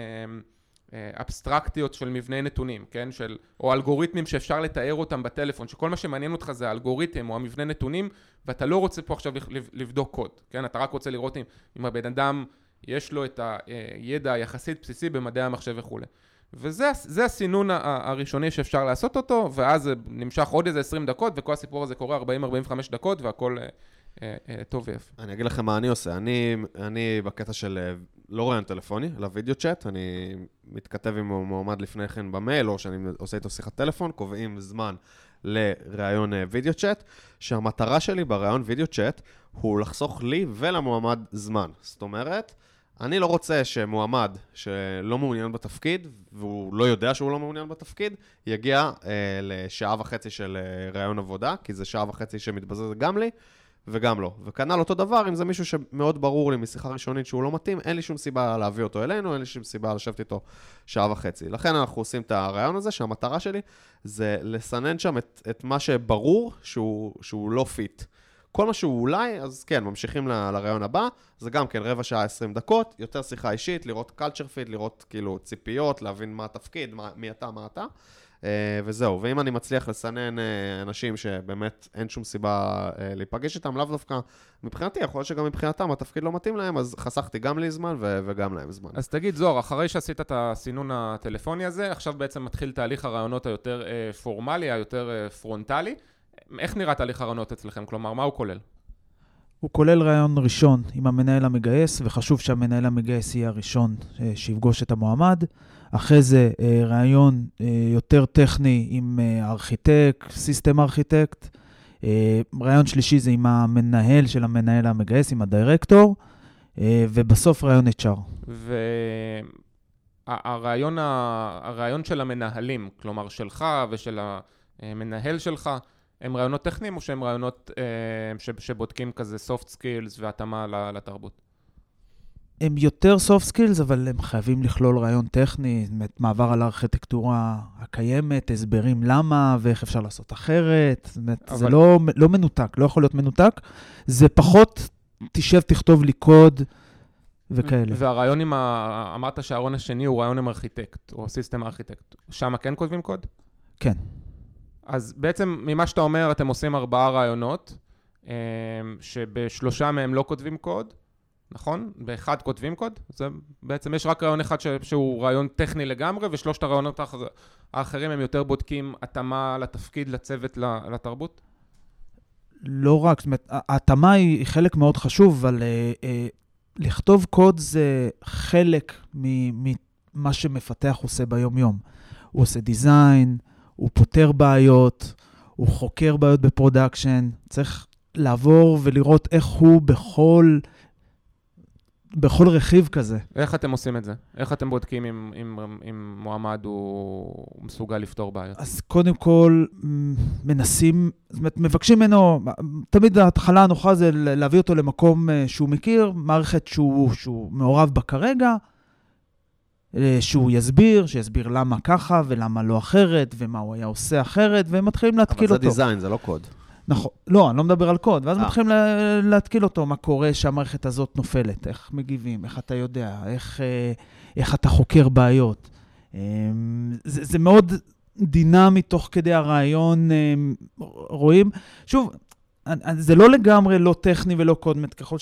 אבסטרקטיות של מבנה נתונים, כן? או אלגוריתמים שאפשר לתאר אותם בטלפון, שכל מה שמעניין אותך זה האלגוריתם או המבנה נתונים, ואתה לא רוצה פה עכשיו לבדוק קוד, כן? אתה רק רוצה לראות אם הבן אדם יש לו את הידע היחסית בסיסי במדעי המחשב וכו'. וזה הסינון הראשוני שאפשר לעשות אותו, ואז זה נמשך עוד איזה 20 דקות, וכל הסיפור הזה קורה 40-45 דקות, והכל טוב ויפה. אני אגיד לכם מה אני עושה. אני בקטע של לא רעיון טלפוני, אלא וידאו צ'אט. אני מתכתב עם מועמד לפני כן במייל, או שאני עושה איתו שיחת טלפון, קובעים זמן לרעיון וידאו צ'אט, שהמטרה שלי ברעיון וידאו צ'אט הוא לחסוך לי ולמועמד זמן. זאת אומרת, אני לא רוצה שמועמד שלא מעוניין בתפקיד, והוא לא יודע שהוא לא מעוניין בתפקיד, יגיע לשעה וחצי של רעיון עבודה, כי זה שעה וחצי שמתבזז גם לי, וגם לא. וכנ"ל אותו דבר, אם זה מישהו שמאוד ברור לי משיחה ראשונית שהוא לא מתאים, אין לי שום סיבה להביא אותו אלינו, אין לי שום סיבה לשבת איתו שעה וחצי. לכן אנחנו עושים את הרעיון הזה, שהמטרה שלי זה לסנן שם את מה שברור שהוא לא פיט. כל מה שהוא אולי, אז כן, ממשיכים לרעיון הבא, זה גם כן רבע שעה 20 דקות, יותר שיחה אישית, לראות קלצ'ר פיט, לראות כאילו ציפיות, להבין מה התפקיד, מי אתה, מה אתה. וזהו, ואם אני מצליח לסנן אנשים שבאמת אין שום סיבה להיפגש איתם, לאו דווקא מבחינתי, יכול להיות שגם מבחינתם התפקיד לא מתאים להם, אז חסכתי גם לי זמן וגם להם זמן. אז תגיד זוהר, אחרי שעשית את הסינון הטלפוני הזה, עכשיו בעצם מתחיל תהליך הרעיונות היותר פורמלי, היותר פרונטלי. איך נראה תהליך הרעיונות אצלכם? כלומר, מה הוא כולל? הוא כולל רעיון ראשון עם המנהל המגייס, וחשוב שהמנהל המגייס יהיה הראשון שיפגוש את המועמד. אחרי זה רעיון יותר טכני עם ארכיטקט, סיסטם ארכיטקט. רעיון שלישי זה עם המנהל של המנהל המגייס, עם הדירקטור, ובסוף רעיון HR. הרעיון של המנהלים, כלומר שלך ושל המנהל שלך, הם רעיונות טכניים או שהם רעיונות שבודקים כזה soft skills והתאמה לתרבות? הם יותר soft skills, אבל הם חייבים לכלול רעיון טכני, מעבר על הארכיטקטורה הקיימת, הסברים למה ואיך אפשר לעשות אחרת. זה לא מנותק, לא יכול להיות מנותק. זה פחות תשב, תכתוב לי קוד וכאלה. והרעיון אמרת שהרעיון השני הוא רעיון עם ארכיטקט, או סיסטם ארכיטקט. שם כן כותבים קוד? כן. אז בעצם ממה שאתה אומר, אתם עושים 4 רעיונות, שבשלושה מהם לא כותבים קוד, נכון? באחד כותבים קוד. זה בעצם יש רק רעיון אחד שהוא רעיון טכני לגמרי, ושלושת הרעיונות האחרים הם יותר בודקים התאמה לתפקיד, לצוות, לתרבות? לא רק, זאת אומרת, ההתאמה היא חלק מאוד חשוב, אבל לכתוב קוד זה חלק ממה שמפתח עושה ביום יום. הוא עושה דיזיין, הוא פותר בעיות, הוא חוקר בעיות בפרודקשן, צריך לעבור ולראות איך הוא בכל בכל רכיב כזה. איך אתם עושים את זה? איך אתם בודקים אם מועמד הוא מסוגל לפתור בעיות? אז קודם כל, מנסים, זאת אומרת, מבקשים ממנו, תמיד ההתחלה הנוחה זה להביא אותו למקום שהוא מכיר, מערכת שהוא מעורב בה כרגע, שהוא שיסביר למה ככה ולמה לא אחרת, ומה הוא היה עושה אחרת, והם מתחילים להתקיל אותו. אבל זה דיזיין, זה לא קוד. נכון, לא, אני לא מדבר על קוד, ואז מתחילים להתקיל אותו, מה קורה שהמערכת הזאת נופלת, איך מגיבים, איך אתה יודע, איך אתה חוקר בעיות. זה מאוד דינמי תוך כדי הרעיון, רואים. שוב, זה לא לגמרי לא טכני ולא קוד, ככל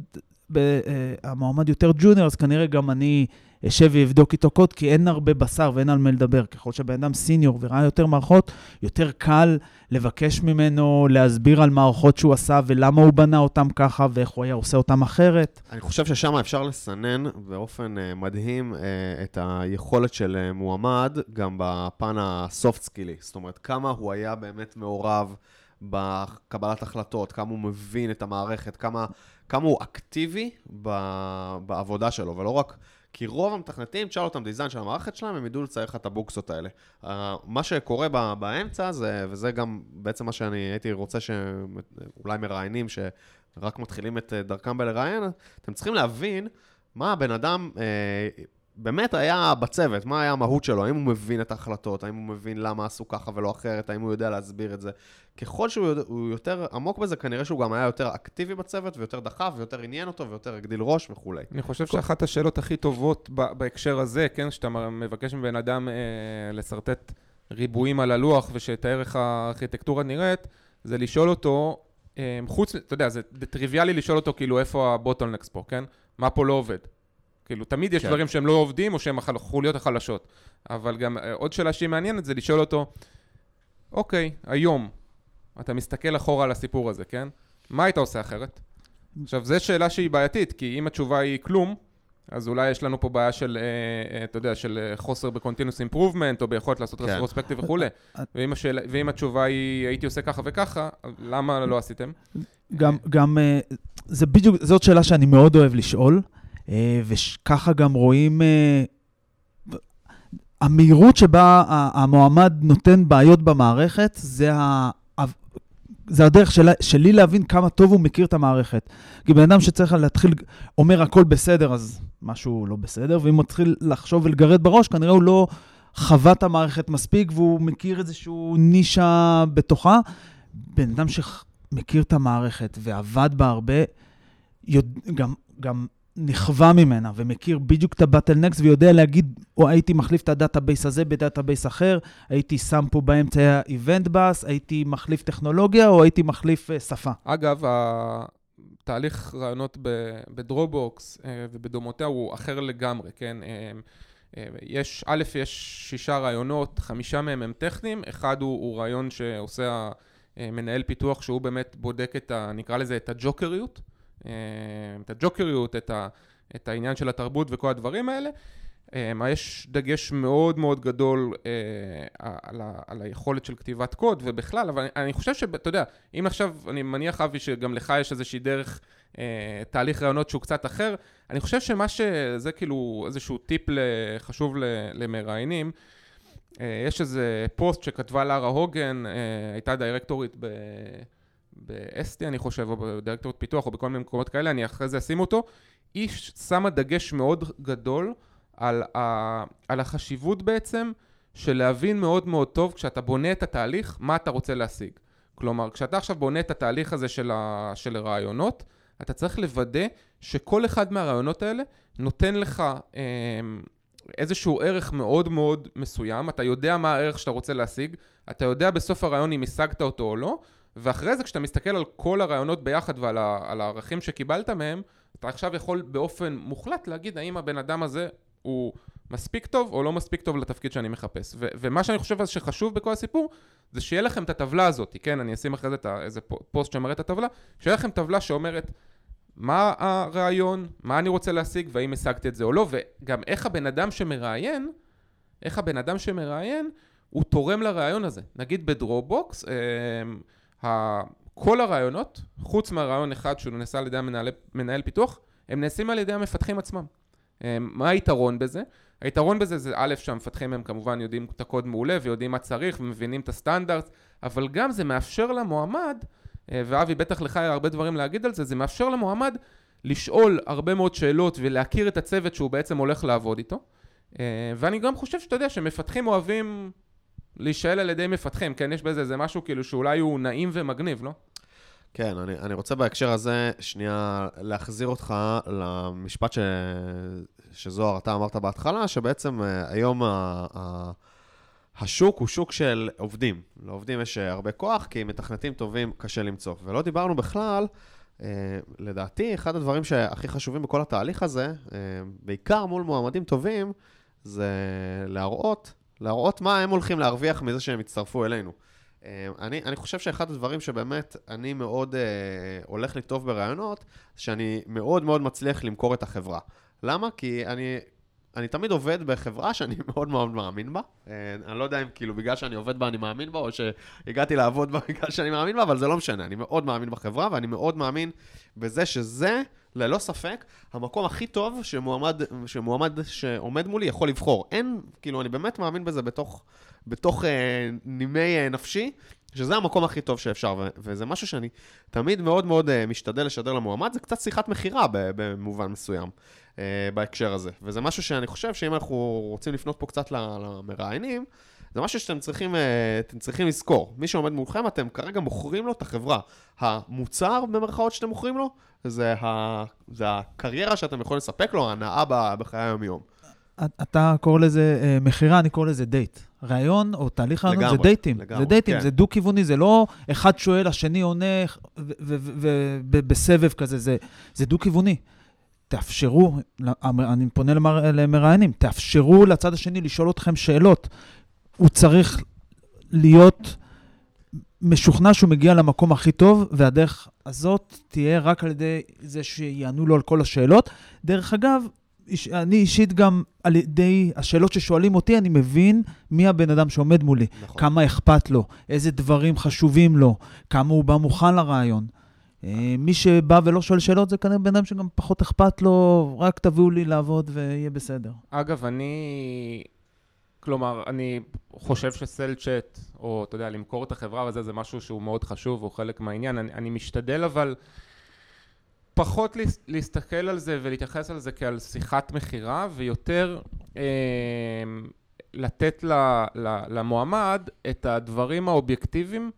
שהמועמד יותר ג'וניור, אז כנראה גם אני אשב ויבדוק איתו קוד, כי אין הרבה בשר ואין על מה לדבר. ככל שבן אדם סיניור וראה יותר מערכות, יותר קל לבקש ממנו להסביר על מערכות שהוא עשה, ולמה הוא בנה אותם ככה, ואיך הוא היה עושה אותם אחרת. אני חושב ששם אפשר לסנן באופן מדהים את היכולת של מועמד, גם בפן הסופט סקילי. זאת אומרת, כמה הוא היה באמת מעורב בקבלת החלטות, כמה הוא מבין את המערכת, כמה הוא אקטיבי בעבודה שלו, ולא רק... כי רוב המתכנתים, תשאל אותם דיזיין של המערכת שלהם, הם ידעו לצייר לך את הבוקסות האלה. מה שקורה באמצע, וזה גם בעצם מה שאני הייתי רוצה שאולי מראיינים, שרק מתחילים את דרכם בלראיין, אתם צריכים להבין מה הבן אדם באמת היה בצוות, מה היה המהות שלו, האם הוא מבין את ההחלטות, האם הוא מבין למה עשו ככה ולא אחרת, האם הוא יודע להסביר את זה. ככל שהוא יותר עמוק בזה, כנראה שהוא גם היה יותר אקטיבי בצוות, ויותר דחף, ויותר עניין אותו, ויותר הגדיל ראש וכו'. אני חושב שאחת השאלות הכי טובות בהקשר הזה, כן, שאתה מבקש מבן אדם לסרטט ריבועים על הלוח, ושתאר איך הארכיטקטורה נראית, זה לשאול אותו, חוץ, אתה יודע, זה טריוויאלי לשאול אותו כאילו איפה הבוטלנקס פה, כן? מה פה לא עובד? כאילו, תמיד יש דברים שהם לא עובדים, או שהם חוליות החלשות. אבל גם עוד שאלה שהיא מעניינת, זה לשאול אותו, אוקיי, היום, אתה מסתכל אחורה על הסיפור הזה, כן? מה היית עושה אחרת? עכשיו, זו שאלה שהיא בעייתית, כי אם התשובה היא כלום, אז אולי יש לנו פה בעיה של, אתה יודע, של חוסר ב-continuous improvement, או ביכולת לעשות retrospective וכו'. ואם התשובה היא, הייתי עושה ככה וככה, למה לא עשיתם? גם, זה בדיוק, זאת שאלה שאני מאוד אוהב לשאול, וככה גם רואים המהירות שבה המועמד נותן בעיות במערכת, זה הדרך שלי להבין כמה טוב הוא מכיר את המערכת. כי בן אדם שצריך להתחיל, אומר הכל בסדר, אז משהו לא בסדר, ואם הוא מתחיל לחשוב ולגרד בראש, כנראה הוא לא חווה את המערכת מספיק, והוא מכיר איזשהו נישה בתוכה. בן אדם שמכיר את המערכת ועבד בה הרבה, גם נכווה ממנה ומכיר בדיוק את הבטלנקס ויודע להגיד, או הייתי מחליף את הדאטאבייס הזה בדאטאבייס אחר, הייתי שם פה באמצע איבנט בס, הייתי מחליף טכנולוגיה או הייתי מחליף שפה. אגב, התהליך רעיונות בדרופבוקס ובדומותיה הוא אחר לגמרי, כן? יש 6 רעיונות, 5 מהם הם טכניים, אחד הוא רעיון שעושה מנהל פיתוח שהוא באמת בודק נקרא לזה את הג'וקריות, את העניין של התרבות וכל הדברים האלה. יש דגש מאוד מאוד גדול על היכולת של כתיבת קוד ובכלל, אבל אני חושב שאתה יודע, אם עכשיו אני מניח אבי שגם לך יש איזושהי דרך תהליך רעיונות שהוא קצת אחר, אני חושב שמה שזה כאילו איזשהו טיפ חשוב למראיינים, יש איזה פוסט שכתבה לארה הוגן, הייתה דירקטורית באסטי, אני חושב, או בדירקטורית פיתוח, או בכל מיני מקומות כאלה, אני אחרי זה אשים אותו. היא שמה דגש מאוד גדול על החשיבות בעצם, של להבין מאוד מאוד טוב, כשאתה בונה את התהליך, מה אתה רוצה להשיג. כלומר, כשאתה עכשיו בונה את התהליך הזה של הרעיונות, אתה צריך לוודא שכל אחד מהרעיונות האלה נותן לך איזשהו ערך מאוד מאוד מסוים, אתה יודע מה הערך שאתה רוצה להשיג, אתה יודע בסוף הרעיון אם השגת אותו או לא, ואחרי זה כשאתה מסתכל על כל הרעיונות ביחד ועל הערכים שקיבלת מהם, אתה עכשיו יכול באופן מוחלט להגיד האם הבן אדם הזה הוא מספיק טוב או לא מספיק טוב לתפקיד שאני מחפש. ומה שאני חושב שחשוב בכל הסיפור, זה שיהיה לכם את הטבלה הזאת, כן, אני אשים אחרי זה איזה פוסט שאומר את הטבלה, שיהיה לכם טבלה שאומרת מה הרעיון, מה אני רוצה להשיג, והאם השגתי את זה או לא, וגם איך הבן אדם שמראיין, הוא תורם לרעיון הזה. נגיד בדרופבוקס, כל הרעיונות, חוץ מהרעיון אחד שהוא נעשה על ידי מנהל פיתוח, הם נעשים על ידי המפתחים עצמם. מה היתרון בזה? היתרון בזה זה א', שהמפתחים הם כמובן יודעים את הקוד מעולה ויודעים מה צריך ומבינים את הסטנדרט, אבל גם זה מאפשר למועמד, ואבי בטח לך היה הרבה דברים להגיד על זה, זה מאפשר למועמד לשאול הרבה מאוד שאלות ולהכיר את הצוות שהוא בעצם הולך לעבוד איתו. ואני גם חושב שאתה יודע שמפתחים אוהבים להישאל על ידי מפתחים, כן? יש בזה איזה משהו כאילו שאולי הוא נעים ומגניב, לא? כן, אני רוצה בהקשר הזה שנייה להחזיר אותך למשפט שזוהר אתה אמרת בהתחלה, שבעצם היום השוק הוא שוק של עובדים. לעובדים יש הרבה כוח, כי מתכנתים טובים קשה למצוא. ולא דיברנו בכלל, לדעתי, אחד הדברים שהכי חשובים בכל התהליך הזה, בעיקר מול מועמדים טובים, זה להראות מה הם הולכים להרוויח מזה שהם יצטרפו אלינו. אני חושב שאחד הדברים שבאמת אני מאוד הולך לי טוב ברעיונות, שאני מאוד מאוד מצליח למכור את החברה. למה? כי אני תמיד עובד בחברה שאני מאוד מאוד מאמין בה. אני לא יודע אם כאילו בגלל שאני עובד בה אני מאמין בה, או שהגעתי לעבוד בה בגלל שאני מאמין בה, אבל זה לא משנה. אני מאוד מאמין בחברה, ואני מאוד מאמין בזה שזה, ללא ספק, המקום הכי טוב שמועמד שעומד מולי יכול לבחור. אין, כאילו, אני באמת מאמין בזה בתוך נימי נפשי, שזה המקום הכי טוב שאפשר, וזה משהו שאני תמיד מאוד מאוד משתדל לשדר למועמד, זה קצת שיחת מחירה במובן מסוים בהקשר הזה. וזה משהו שאני חושב שאם אנחנו רוצים לפנות פה קצת למראיינים, זה משהו שאתם צריכים לזכור. מי שעומד מולכם, אתם כרגע מוכרים לו את החברה. המוצר במרכאות שאתם מוכרים לו, זה הקריירה שאתם יכולים לספק לו, ההנאה בחיי היום-יום. אתה קורא לזה מחירה, אני קורא לזה דייט. רעיון או תהליך רעיונות זה דייטים. זה דייטים, זה דו-כיווני, זה לא אחד שואל, השני עונה, ובסבב כזה, זה דו-כיווני. תאפשרו, אני פונה למראיינים, תאפשרו לצד השני לשאול אתכם שאלות. הוא צריך להיות משוכנע שהוא מגיע למקום הכי טוב, והדרך הזאת תהיה רק על ידי זה שיענו לו על כל השאלות. דרך אגב, אני אישית גם על ידי השאלות ששואלים אותי, אני מבין מי הבן אדם שעומד מולי, נכון. כמה אכפת לו, איזה דברים חשובים לו, כמה הוא בא מוכן לרעיון. מי שבא ולא שואל שאלות, זה כנראה בן אדם שגם פחות אכפת לו, רק תביאו לי לעבוד ויהיה בסדר. אגב, כלומר, אני חושב שסל צ'אט, או אתה יודע, למכור את החברה וזה, זה משהו שהוא מאוד חשוב, הוא חלק מהעניין. אני משתדל אבל פחות להסתכל על זה ולהתייחס על זה כעל שיחת מחירה, ויותר לתת למועמד את הדברים האובייקטיביים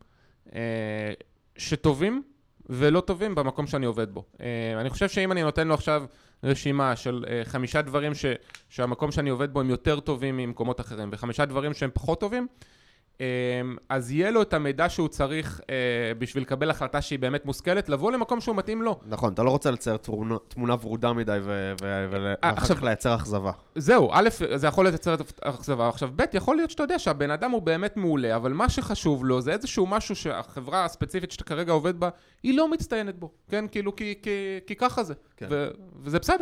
שטובים ולא טובים במקום שאני עובד בו. אני חושב שאם אני נותן לו עכשיו רשימה של 5 דברים שהמקום שאני עובד בו הם יותר טובים ממקומות אחרים, ו5 דברים שהם פחות טובים, אז יהיה לו את המידע שהוא צריך בשביל לקבל החלטה שהיא באמת מושכלת, לבוא למקום שהוא מתאים לו. נכון, אתה לא רוצה לצייר תמונה ורודה מדי ואחר כך לייצר אכזבה. זהו, א', זה יכול לייצר אכזבה. עכשיו, ב', יכול להיות שאתה יודע שהבן אדם הוא באמת מעולה, אבל מה שחשוב לו זה איזשהו משהו שהחברה הספציפית שאתה כרגע עובד בה, היא לא מצטיינת בו, כן? כאילו, כי ככה זה. כן. וזה בסדר.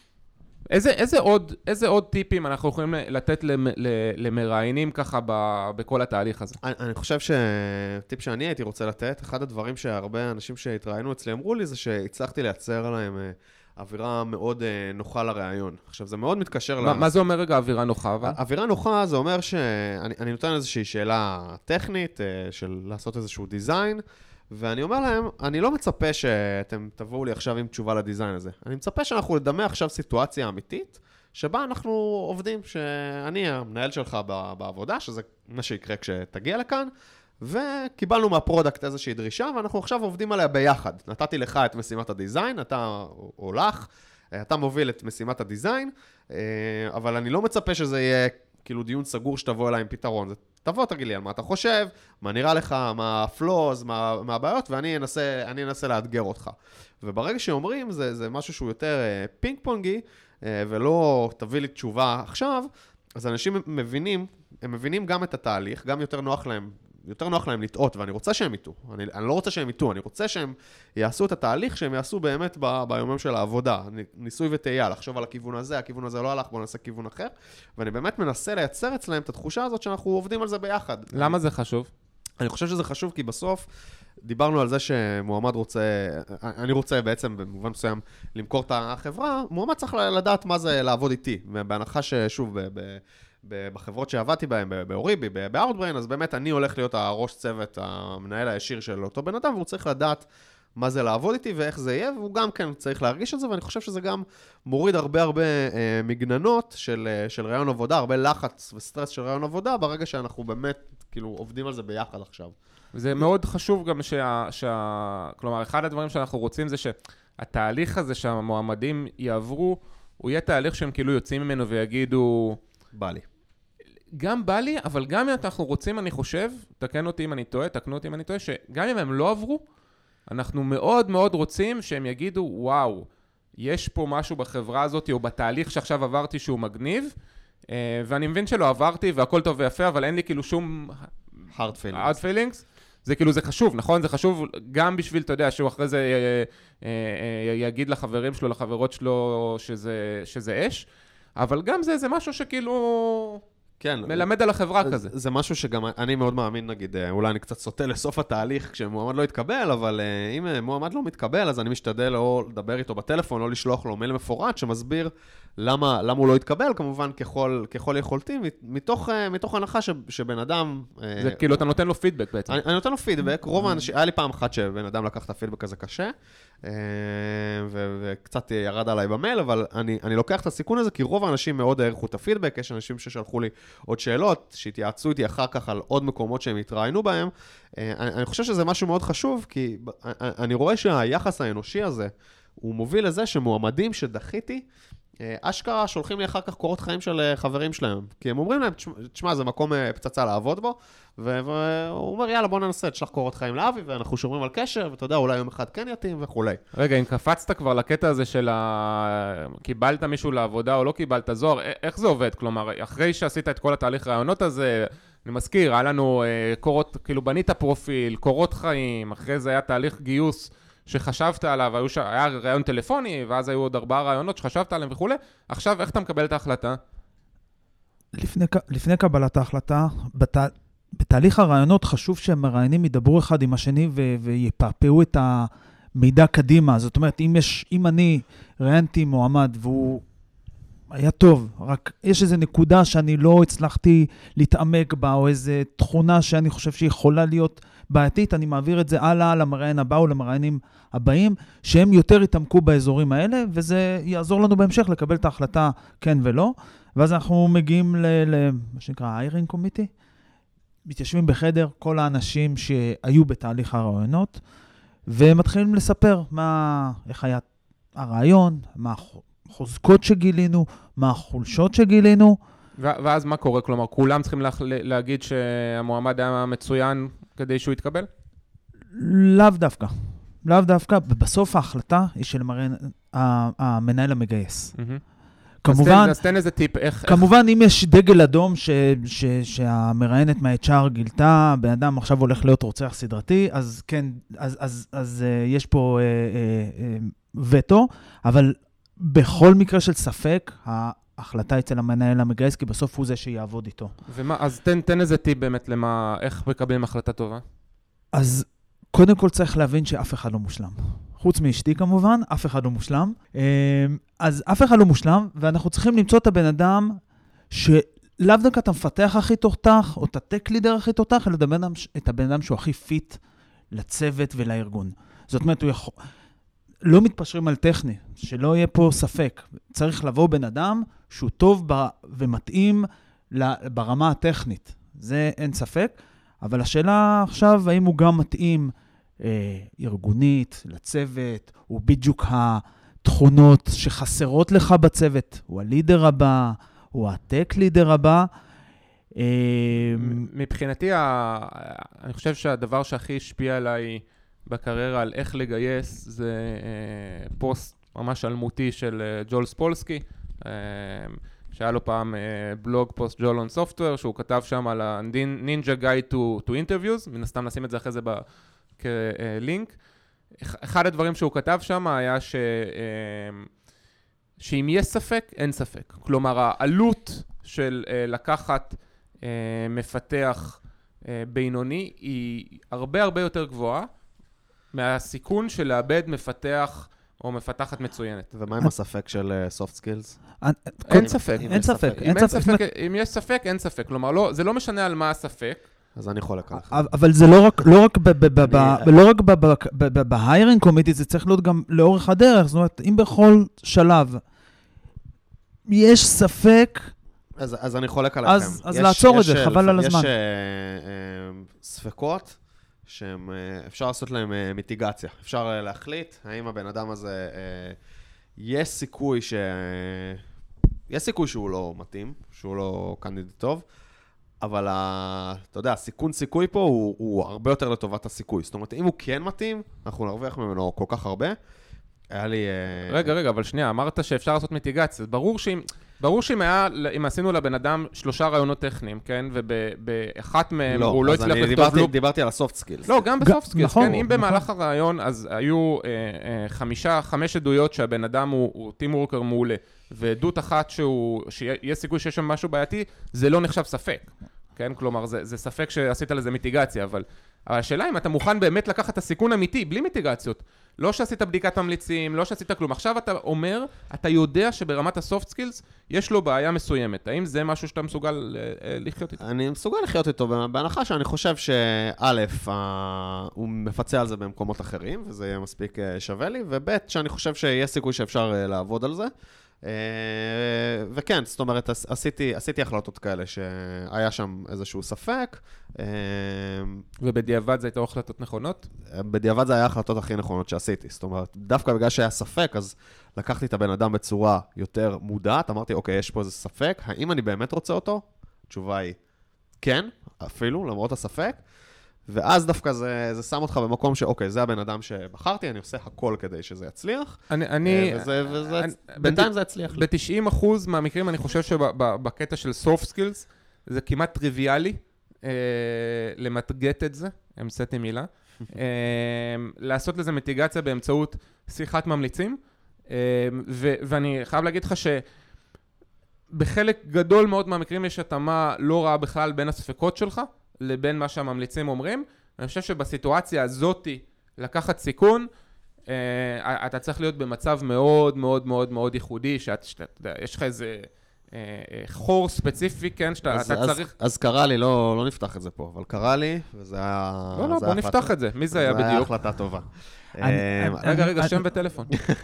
איזה עוד טיפים אנחנו יכולים לתת למראיינים ככה בכל התהליך הזה? אני חושב שטיפ שאני הייתי רוצה לתת, אחד הדברים שהרבה אנשים שהתראיינו אצלי אמרו לי, זה שהצלחתי לייצר להם אווירה מאוד נוחה לראיון. עכשיו, זה מאוד מתקשר מה זה אומר רגע אווירה נוחה? אווירה נוחה זה אומר שאני נותן איזושהי שאלה טכנית של לעשות איזשהו דיזיין, ואני אומר להם, אני לא מצפה שאתם תבואו לי עכשיו עם תשובה לדיזיין הזה. אני מצפה שאנחנו נדמה עכשיו סיטואציה אמיתית, שבה אנחנו עובדים, שאני המנהל שלך בעבודה, שזה מה שיקרה כשתגיע לכאן, וקיבלנו מהפרודקט איזושהי דרישה, ואנחנו עכשיו עובדים עליה ביחד. נתתי לך את משימת הדיזיין, אתה הולך, אתה מוביל את משימת הדיזיין, אבל אני לא מצפה שזה יהיה כאילו דיון סגור שתבוא אליי עם פתרון. תבוא, תגיד לי על מה אתה חושב, מה נראה לך, מה הפלוז, מה הבעיות, ואני אנסה לאתגר אותך. וברגע שאומרים, זה משהו שהוא יותר פינג פונגי, ולא תביא לי תשובה עכשיו, אז אנשים מבינים גם את התהליך, גם יותר נוח להם לטעות, ואני רוצה שהם יטעו. אני לא רוצה שהם יטעו, אני רוצה שהם יעשו את התהליך שהם יעשו באמת ביומם של העבודה. ניסוי וטעייה, לחשוב על הכיוון הזה לא הלך, בוא נעשה כיוון אחר. ואני באמת מנסה לייצר אצלהם את התחושה הזאת שאנחנו עובדים על זה ביחד. למה זה חשוב? אני חושב שזה חשוב, כי בסוף דיברנו על זה שמועמד רוצה, אני רוצה בעצם במובן מסוים למכור את החברה, מועמד צריך לדעת מה זה לעבוד איתי, בהנחה ששוב, בחברות שעבדתי בהן, באוריבי, באוטבריין, אז באמת אני הולך להיות הראש צוות, המנהל הישיר של אותו בן אדם, והוא צריך לדעת מה זה לעבוד איתי ואיך זה יהיה, והוא גם כן צריך להרגיש את זה, ואני חושב שזה גם מוריד הרבה מגננות של רעיון עבודה, הרבה לחץ וסטרס של רעיון עבודה, ברגע שאנחנו באמת כאילו עובדים על זה ביחד עכשיו. וזה מאוד חשוב גם כלומר, אחד הדברים שאנחנו רוצים זה שהתהליך הזה שהמועמדים יעברו, הוא יהיה תהליך שהם כאילו יוצאים ממנו ויגידו, בא לי. גם בא לי, אבל גם אם אנחנו רוצים, אני חושב, תקנו אותי אם אני טועה, שגם אם הם לא עברו, אנחנו מאוד מאוד רוצים שהם יגידו, וואו, יש פה משהו בחברה הזאת, או בתהליך שעכשיו עברתי שהוא מגניב, ואני מבין שלא עברתי, והכל טוב ויפה, אבל אין לי כאילו שום hard feelings. זה כאילו, זה חשוב, נכון? זה חשוב גם בשביל, אתה יודע, שהוא אחרי זה יגיד לחברים שלו, לחברות שלו, שזה אש, אבל גם זה משהו שכאילו כן, מלמד על החברה כזה. זה משהו שגם אני מאוד מאמין, נגיד, אולי אני קצת סוטה לסוף התהליך כשמועמד לא יתקבל, אבל אם מועמד לא מתקבל, אז אני משתדל או לדבר איתו בטלפון, או לשלוח לו מייל מפורט שמסביר למה הוא לא יתקבל, כמובן ככל יכולתי, מתוך הנחה שבן אדם... זה כאילו אתה נותן לו פידבק בעצם. אני נותן לו פידבק, רוב האנשים, היה לי פעם אחת שבן אדם לקח את הפידבק הזה קשה, וקצת ירד עליי במייל, אבל אני לוקח את הסיכון הזה, כי רוב האנשים מאוד הערכו את הפידבק, יש אנשים ששלחו לי עוד שאלות, שהתייעצו איתי אחר כך על עוד מקומות שהם התראינו בהם. אני חושב שזה משהו מאוד חשוב, כי אני רואה שהיחס האנושי הזה, הוא מוביל לזה שמועמדים שדחיתי, אשכרה שולחים לי אחר כך קורות חיים של חברים שלהם, כי הם אומרים להם, תשמע, זה מקום פצצה לעבוד בו, והוא אומר, יאללה, בוא ננסה, תשלח קורות חיים לאבי, ואנחנו שומרים על קשר, ואתה יודע, אולי יום אחד כן יתאים וכו'. רגע, אם קפצת כבר לקטע הזה של קיבלת מישהו לעבודה או לא קיבלת, זוהר, איך זה עובד? כלומר, אחרי שעשית את כל התהליך רעיונות הזה, אני מזכיר, היה לנו קורות, כאילו בנית פרופיל, קורות חיים, אחרי זה היה תהליך גיוס שחשבת עליו, היה רעיון טלפוני, ואז היו עוד 4 רעיונות שחשבת עליהם וכו'. עכשיו, איך אתה מקבל את ההחלטה? לפני קבלת ההחלטה, בתהליך הרעיונות חשוב שהמראיינים ידברו אחד עם השני ויפעפעו את המידע קדימה. זאת אומרת, אם אני ראיינתי מועמד והוא היה טוב, רק יש איזו נקודה שאני לא הצלחתי להתעמק בה, או איזו תכונה שאני חושב שהיא יכולה להיות בעתית, אני מעביר את זה הלאה למראיין הבא או למראיינים הבאים, שהם יותר יתעמקו באזורים האלה, וזה יעזור לנו בהמשך לקבל את ההחלטה כן ולא, ואז אנחנו מגיעים מה שנקרא hiring committee, מתיישבים בחדר כל האנשים שהיו בתהליך הרעיונות, ומתחילים לספר איך היה הרעיון, מה החוזקות שגילינו, מה החולשות שגילינו. ואז מה קורה? כלומר, כולם צריכים להגיד שהמועמד היה מצוין כדי שהוא יתקבל? לאו דווקא, ובסוף ההחלטה היא של המנהל המגייס. כמובן, אז תן איזה טיפ, איך... כמובן, אם יש דגל אדום שהמראיינת מה-HR גילתה, בן אדם עכשיו הולך להיות רוצח סדרתי, אז כן, אז יש פה וטו, אבל בכל מקרה של ספק, ההחלטה אצל המנהל המגייס, כי בסוף הוא זה שיעבוד איתו. אז תן איזה טיפ באמת איך מקבלים החלטה טובה? אז קודם כל צריך להבין שאף אחד לא מושלם. חוץ מאשתי כמובן, אף אחד לא מושלם. אז אף אחד לא מושלם, ואנחנו צריכים למצוא את הבן אדם שלאו דווקא אתה מפתח הכי תותח, או את הטק לידר הכי תותח, אלא את הבן אדם שהוא הכי פיט לצוות ולארגון. זאת אומרת, לא מתפשרים על טכני, שלא יהיה פה ספק. צריך לבוא בן אדם שהוא טוב ומתאים ברמה הטכנית. זה אין ספק. אבל השאלה עכשיו, האם הוא גם מתאים ארגונית, לצוות, הוא בדיוק התכונות שחסרות לך בצוות, הוא הלידר הבא, הוא הטק לידר הבא. מבחינתי, אני חושב שהדבר שהכי השפיע עליי בקריירה על איך לגייס, זה פוסט ממש אלמותי של ג'ול ספולסקי, שהיה לו פעם בלוג פוסט ג'ול און סופטוור, שהוא כתב שם על ה-Ninja Guide to Interviews, מן הסתם נשים את זה אחרי זה כלינק. אחד הדברים שהוא כתב שם היה שאם יש ספק, אין ספק. כלומר, העלות של לקחת מפתח בינוני היא הרבה הרבה יותר גבוהה מהסיכון של לאבד מפתח או מפתחת מצוינת. ומה עם הספק של soft skills? אין ספק. אין ספק. אם יש ספק, אין ספק. כלומר, זה לא משנה על מה הספק. אז אני חולק עליך. אבל זה לא רק בהיירינג קומיטי, זה צריך להיות גם לאורך הדרך. זאת אומרת, אם בכל שלב יש ספק, אז אני חולק עליכם. אז לעצור את זה, חבל על הזמן. יש ספקות שאפשר לעשות להם מיטיגציה. אפשר להחליט האם הבן אדם הזה, יש סיכוי שהוא לא מתאים, שהוא לא קנדידט טוב, אבל אתה יודע, סיכוי פה הוא הרבה יותר לטובת הסיכוי. זאת אומרת, אם הוא כן מתאים, אנחנו נרוויח ממנו כל כך הרבה. היה לי... רגע, אבל שנייה, אמרת שאפשר לעשות מיטיגציה. ברור שאם עשינו לבן אדם 3 רעיונות טכניים, כן? ובאחת מהם הוא לא הצליח לכתוב לופ. דיברתי על הסופט סקילס. לא, גם בסופט סקילס, כן? אם במהלך הרעיון, אז היו 5 עדויות שהבן אדם הוא טים וורקר מעולה, ועדות אחת שיש סיכוי שיש שם משהו בעייתי, זה לא נחשב ספק. כן? כלומר, זה ספק שעשית לזה מיטיגציה, אבל השאלה אם אתה מוכן באמת לקחת את הסיכון אמיתי, בלי מיטיגציות. לא שעשית בדיקת ממליצים, לא שעשית כלום. עכשיו אתה אומר, אתה יודע שברמת הסופט סקילס יש לו בעיה מסוימת. האם זה משהו שאתה מסוגל לחיות איתו? אני מסוגל לחיות איתו, בהנחה שאני חושב שא', הוא מפצה על זה במקומות אחרים, וזה יהיה מספיק שווה לי, וב', שאני חושב שיש סיכוי שאפשר לעבוד על זה. וכן, זאת אומרת, עשיתי החלטות כאלה שהיה שם איזשהו ספק. ובדיעבד זה הייתו החלטות נכונות? בדיעבד זה היה החלטות הכי נכונות שעשיתי. זאת אומרת, דווקא בגלל שהיה ספק, אז לקחתי את הבן אדם בצורה יותר מודעת, אמרתי, אוקיי, יש פה איזה ספק, האם אני באמת רוצה אותו? התשובה היא כן, אפילו, למרות הספק. ואז דווקא זה שם אותך במקום שאוקיי, זה הבן אדם שבחרתי, אני עושה הכל כדי שזה יצליח. בינתיים זה יצליח לי. ב-90% מהמקרים אני חושב שבקטע של soft skills, זה כמעט טריוויאלי למתגט את זה, המצאתי מילה, לעשות לזה מיטיגציה באמצעות שיחת ממליצים, ואני חייב להגיד לך שבחלק גדול מאוד מהמקרים יש התאמה לא רעה בכלל בין הספקות שלך, לבין מה שהממליצים אומרים. אני חושב שבסיטואציה הזאת לקחת סיכון, אתה צריך להיות במצב מאוד מאוד מאוד מאוד ייחודי, שיש לך איזה חור ספציפי, כן, שאתה צריך... אז קרה לי, לא נפתח את זה פה, אבל קרה לי, וזה היה... לא, בוא נפתח את זה. מי זה היה בדיוק? זה היה החלטה טובה. רגע, שם וטלפון.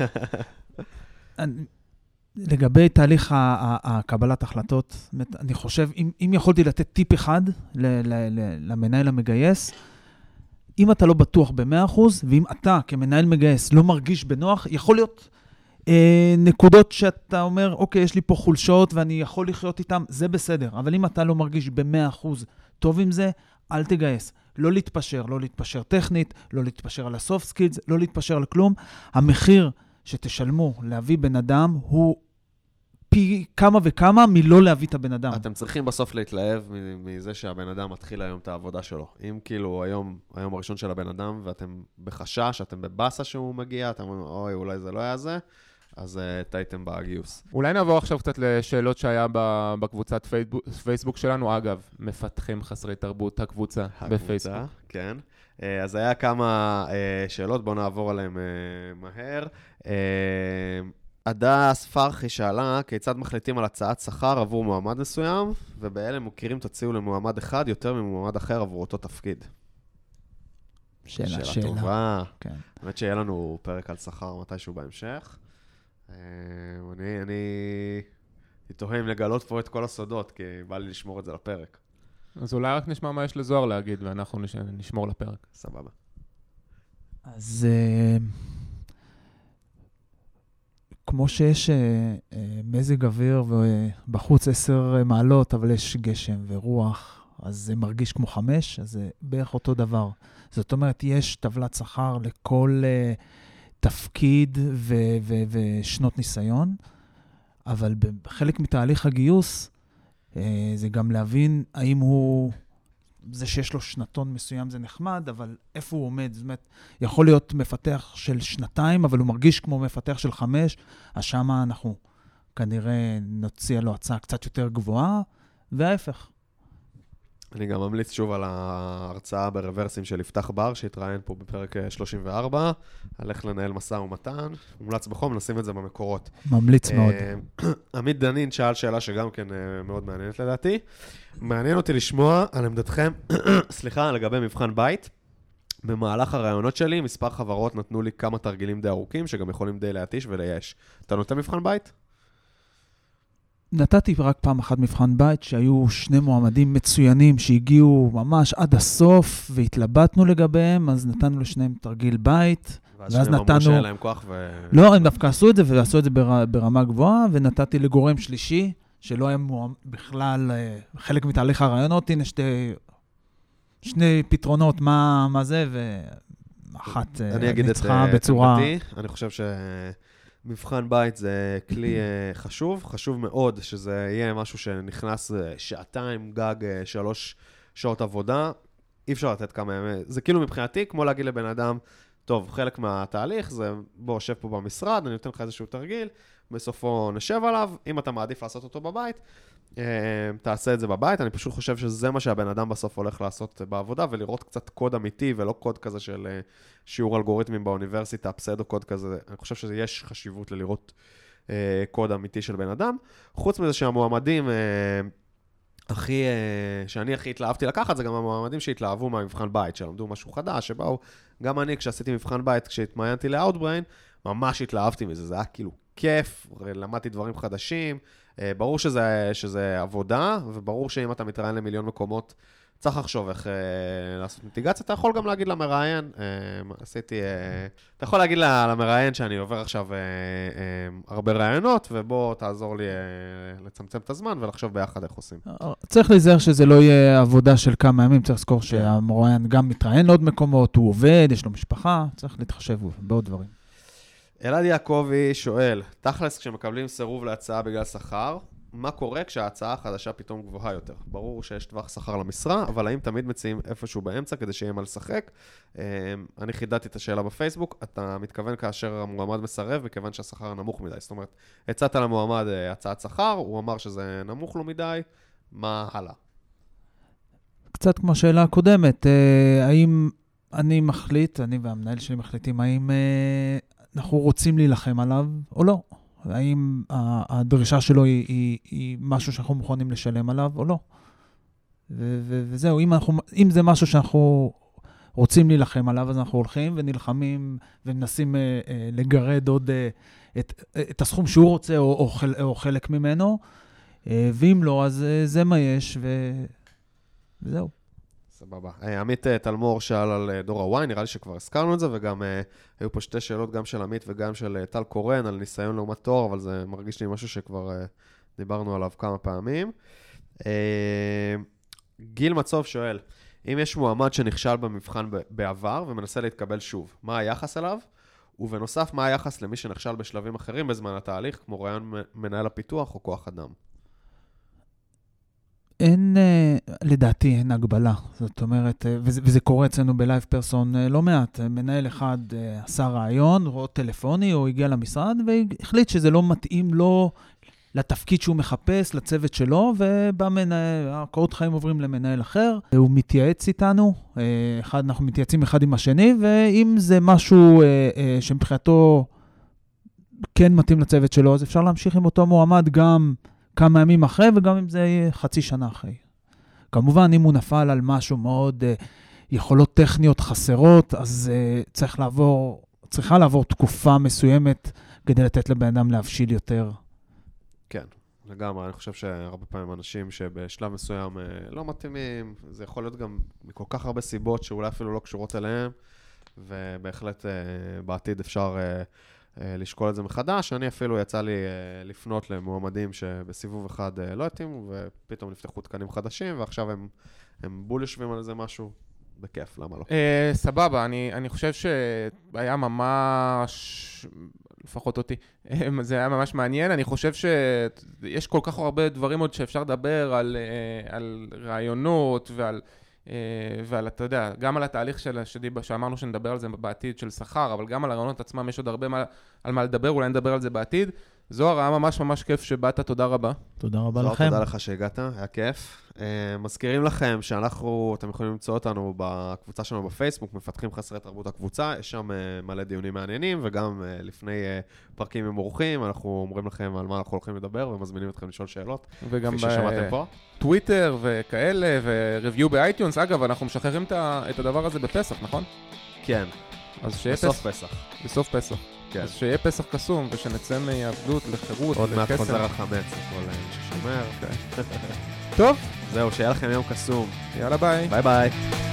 לגבי תהליך הקבלת החלטות, אני חושב, אם יכולתי לתת טיפ אחד למנהל המגייס, אם אתה לא בטוח ב-100%, ואם אתה כמנהל מגייס לא מרגיש בנוח, יכול להיות נקודות שאתה אומר, אוקיי, יש לי פה חולשות ואני יכול לחיות איתם, זה בסדר. אבל אם אתה לא מרגיש ב-100% טוב עם זה, אל תגייס. לא להתפשר טכנית, לא להתפשר על הסופט סקילס, לא להתפשר על כלום. המחיר שתשלמו להביא בן אדם הוא פי כמה וכמה מלא להביא את הבן אדם. אתם צריכים בסוף להתלהב מזה שהבן אדם מתחיל היום את העבודה שלו. אם כאילו היום הראשון של הבן אדם ואתם בחשש, אתם בבאסה שהוא מגיע, אתם אומרים, אוי, אולי זה לא היה זה, אז טעיתם בגיוס. אולי נעבור עכשיו קצת לשאלות שהיה בקבוצת פייסבוק שלנו. אגב, מפתחים חסרי תרבות, הקבוצה בפייסבוק. כן. אז היה כמה שאלות, בואו נעבור עליהן מהר. הדס פרחי שאלה, כיצד מחליטים על הצעת שכר עבור מועמד מסוים, ובאלה מוכירים תציעו למועמד אחד יותר ממועמד אחר עבור אותו תפקיד. שאלה טובה. כן. באמת שיהיה לנו פרק על שכר מתישהו בהמשך. אני תוהה אם לגלות פה את כל הסודות, כי בא לי לשמור את זה לפרק. אז אולי רק נשמע מה יש לזוהר להגיד, ואנחנו נשמור לפרק. סבבה. אז כמו שיש מזג אוויר ובחוץ 10 מעלות, אבל יש גשם ורוח, אז זה מרגיש כמו 5, אז זה בערך אותו דבר. זאת אומרת, יש טבלת שכר לכל תפקיד ושנות ניסיון, אבל בחלק מתהליך הגיוס, זה גם להבין האם הוא, זה שיש לו שנתון מסוים זה נחמד, אבל איפה הוא עומד? זאת אומרת, יכול להיות מפתח של 2, אבל הוא מרגיש כמו מפתח של 5, אז שמה אנחנו כנראה נוציא לו הצעה קצת יותר גבוהה, וההפך. אני גם ממליץ שוב על ההרצאה ברוורסים של יפתח בר, שהתראיין פה בפרק 34, על איך לנהל משא ומתן. מומלץ בחום, נשים את זה במקורות. ממליץ מאוד. עמית דנין שאל שאלה שגם כן מאוד מעניינת לדעתי. מעניין אותי לשמוע על עמדתכם, סליחה, לגבי מבחן בית. במהלך הרעיונות שלי, מספר חברות נתנו לי כמה תרגילים די ארוכים, שגם יכולים די להתיש ולייש. אתה נותן מבחן בית? נתתי רק פעם אחת מבחן בית, שהיו שני מועמדים מצוינים שהגיעו ממש עד הסוף, והתלבטנו לגביהם, אז נתנו לשניהם תרגיל בית. ואז שניהם אמרו שאין להם כוח לא, הם דווקא עשו את זה, ועשו את זה ברמה גבוהה, ונתתי לגורם שלישי, שלא היה בכלל חלק מתהליך הרעיונות. הנה שני פתרונות, מה זה, ואחת ניצחה בצורה... אני חושב מבחן בית זה כלי חשוב, חשוב מאוד שזה יהיה משהו שנכנס שעתיים, גג 3 שעות עבודה, אי אפשר לתת כמה ימים, זה כאילו מבחינתי, כמו להגיד לבן אדם, טוב, חלק מהתהליך זה, בוא, שב פה במשרד, אני נותן לך איזשהו תרגיל, בסופו נשב עליו, אם אתה מעדיף לעשות אותו בבית, תעשה את זה בבית, אני פשוט חושב שזה מה שהבן אדם בסוף הולך לעשות בעבודה, ולראות קצת קוד אמיתי, ולא קוד כזה של שיעור אלגוריתמים באוניברסיטה, פסדו קוד כזה, אני חושב שיש חשיבות ללראות קוד אמיתי של בן אדם. חוץ מזה שהמועמדים שאני הכי התלהבתי לקחת, זה גם המועמדים שהתלהבו מהמבחן בית, שלמדו משהו חדש, שבאו, גם אני כשעשיתי מבחן בית, כשהתמיינתי ל-Outbrain, ממש התלהבתי מזה, זה היה כאילו כיף, למדתי דברים חדשים, ברור שזה עבודה, וברור שאם אתה מתראיין למיליון מקומות, צריך לחשוב איך לעשות מיטיגציה. אתה יכול גם להגיד למראיין, אתה יכול להגיד למראיין שאני עובר עכשיו הרבה רעיונות, ובוא תעזור לי לצמצם את הזמן ולחשוב ביחד איך עושים. צריך להיזהר שזה לא יהיה עבודה של כמה ימים, צריך לזכור שהמראיין גם מתראיין לעוד מקומות, הוא עובד, יש לו משפחה, צריך להתחשב בעוד דברים. אלעד יעקבי שואל, תכלס כשמקבלים סירוב להצעה בגלל שכר, מה קורה כשההצעה החדשה פתאום גבוהה יותר? ברור שיש טווח שכר למשרה, אבל האם תמיד מציעים איפשהו באמצע כדי שיהיה מה לשחק? אני חידדתי את השאלה בפייסבוק, אתה מתכוון כאשר המועמד מסרב, מכיוון שהשכר נמוך מדי. זאת אומרת, הצעת למועמד הצעת שכר, הוא אמר שזה נמוך לו מדי, מה הלאה? קצת כמו השאלה הקודמת, האם אני מחליט, אני והמנהל שלי מחליטים, האם אנחנו רוצים להילחם עליו או לא? האם הדרישה שלו היא משהו שאנחנו מוכנים לשלם עליו או לא? וזהו, אם זה משהו שאנחנו רוצים להילחם עליו, אז אנחנו הולכים ונלחמים ומנסים לגרד עוד את הסכום שהוא רוצה או חלק ממנו, ואם לא, אז זה מה יש וזהו. סבבה. עמית תלמור שאל על דור ה-Y, נראה לי שכבר הזכרנו את זה, וגם היו פה 2 שאלות, גם של עמית וגם של טל קורן, על ניסיון לעומת תואר, אבל זה מרגיש לי משהו שכבר דיברנו עליו כמה פעמים. גיל מצוב שואל, אם יש מועמד שנכשל במבחן בעבר ומנסה להתקבל שוב, מה היחס אליו? ובנוסף, מה היחס למי שנכשל בשלבים אחרים בזמן התהליך, כמו רעיון מנהל הפיתוח או כוח אדם? לדעתי אין הגבלה, זאת אומרת, וזה קורה אצלנו בלייב פרסון לא מעט, מנהל אחד עשה רעיון, או טלפוני, או הגיע למשרד, והחליט שזה לא מתאים לו לתפקיד שהוא מחפש, לצוות שלו, והקורות חיים עוברים למנהל אחר, הוא מתייעץ איתנו, אנחנו מתייעצים אחד עם השני, ואם זה משהו שמבחינתו כן מתאים לצוות שלו, אז אפשר להמשיך עם אותו מועמד גם כמה ימים אחרי, וגם אם זה יהיה חצי שנה אחרי. כמובן, אם הוא נפל על משהו מאוד יכולות טכניות חסרות, אז צריכה לעבור תקופה מסוימת כדי לתת לבן אדם להבשיל יותר. כן, לגמרי. אני חושב שהרבה פעמים אנשים שבשלב מסוים לא מתאימים, זה יכול להיות גם מכל כך הרבה סיבות שאולי אפילו לא קשורות אליהם, ובהחלט בעתיד אפשר לשקול את זה מחדש. אני אפילו יצא לי לפנות למועמדים שבסיבוב אחד לא התאימו, ופתאום נפתחו תקנים חדשים, ועכשיו הם בול יושבים על איזה משהו בכיף, למה לא? סבבה, אני חושב שהיה ממש, לפחות אותי, זה היה ממש מעניין. אני חושב שיש כל כך הרבה דברים עוד שאפשר לדבר על רעיונות ועל, אתה יודע, גם על התהליך שאמרנו שנדבר על זה בעתיד של שכר, אבל גם על הרעיונות עצמם יש עוד הרבה על מה לדבר, אולי נדבר על זה בעתיד. זוהר, היה ממש ממש כיף שבאת, תודה רבה. תודה רבה זוהר, לכם. תודה לך שהגעת, היה כיף. מזכירים לכם אתם יכולים למצוא אותנו בקבוצה שלנו בפייסבוק, מפתחים חסרי תרבות הקבוצה, יש שם מלא דיונים מעניינים, וגם לפני פרקים עם אורחים, אנחנו אומרים לכם על מה אנחנו הולכים לדבר, ומזמינים אתכם לשאול שאלות, וגם כפי ששמעתם פה. טוויטר וכאלה, וריוויו באייטיונס. אגב, אנחנו משחררים את הדבר הזה בפסח, נכון? כן, אז שיהיה בסוף פסח. בסוף פסח. כן. אז שיהיה פסח קסום, ושנצא מעבדות לחירות, עוד מעט לקסם. חוזר החמץ, לכל מי ששומר. טוב, זהו, שיהיה לכם יום קסום. יאללה ביי. ביי ביי.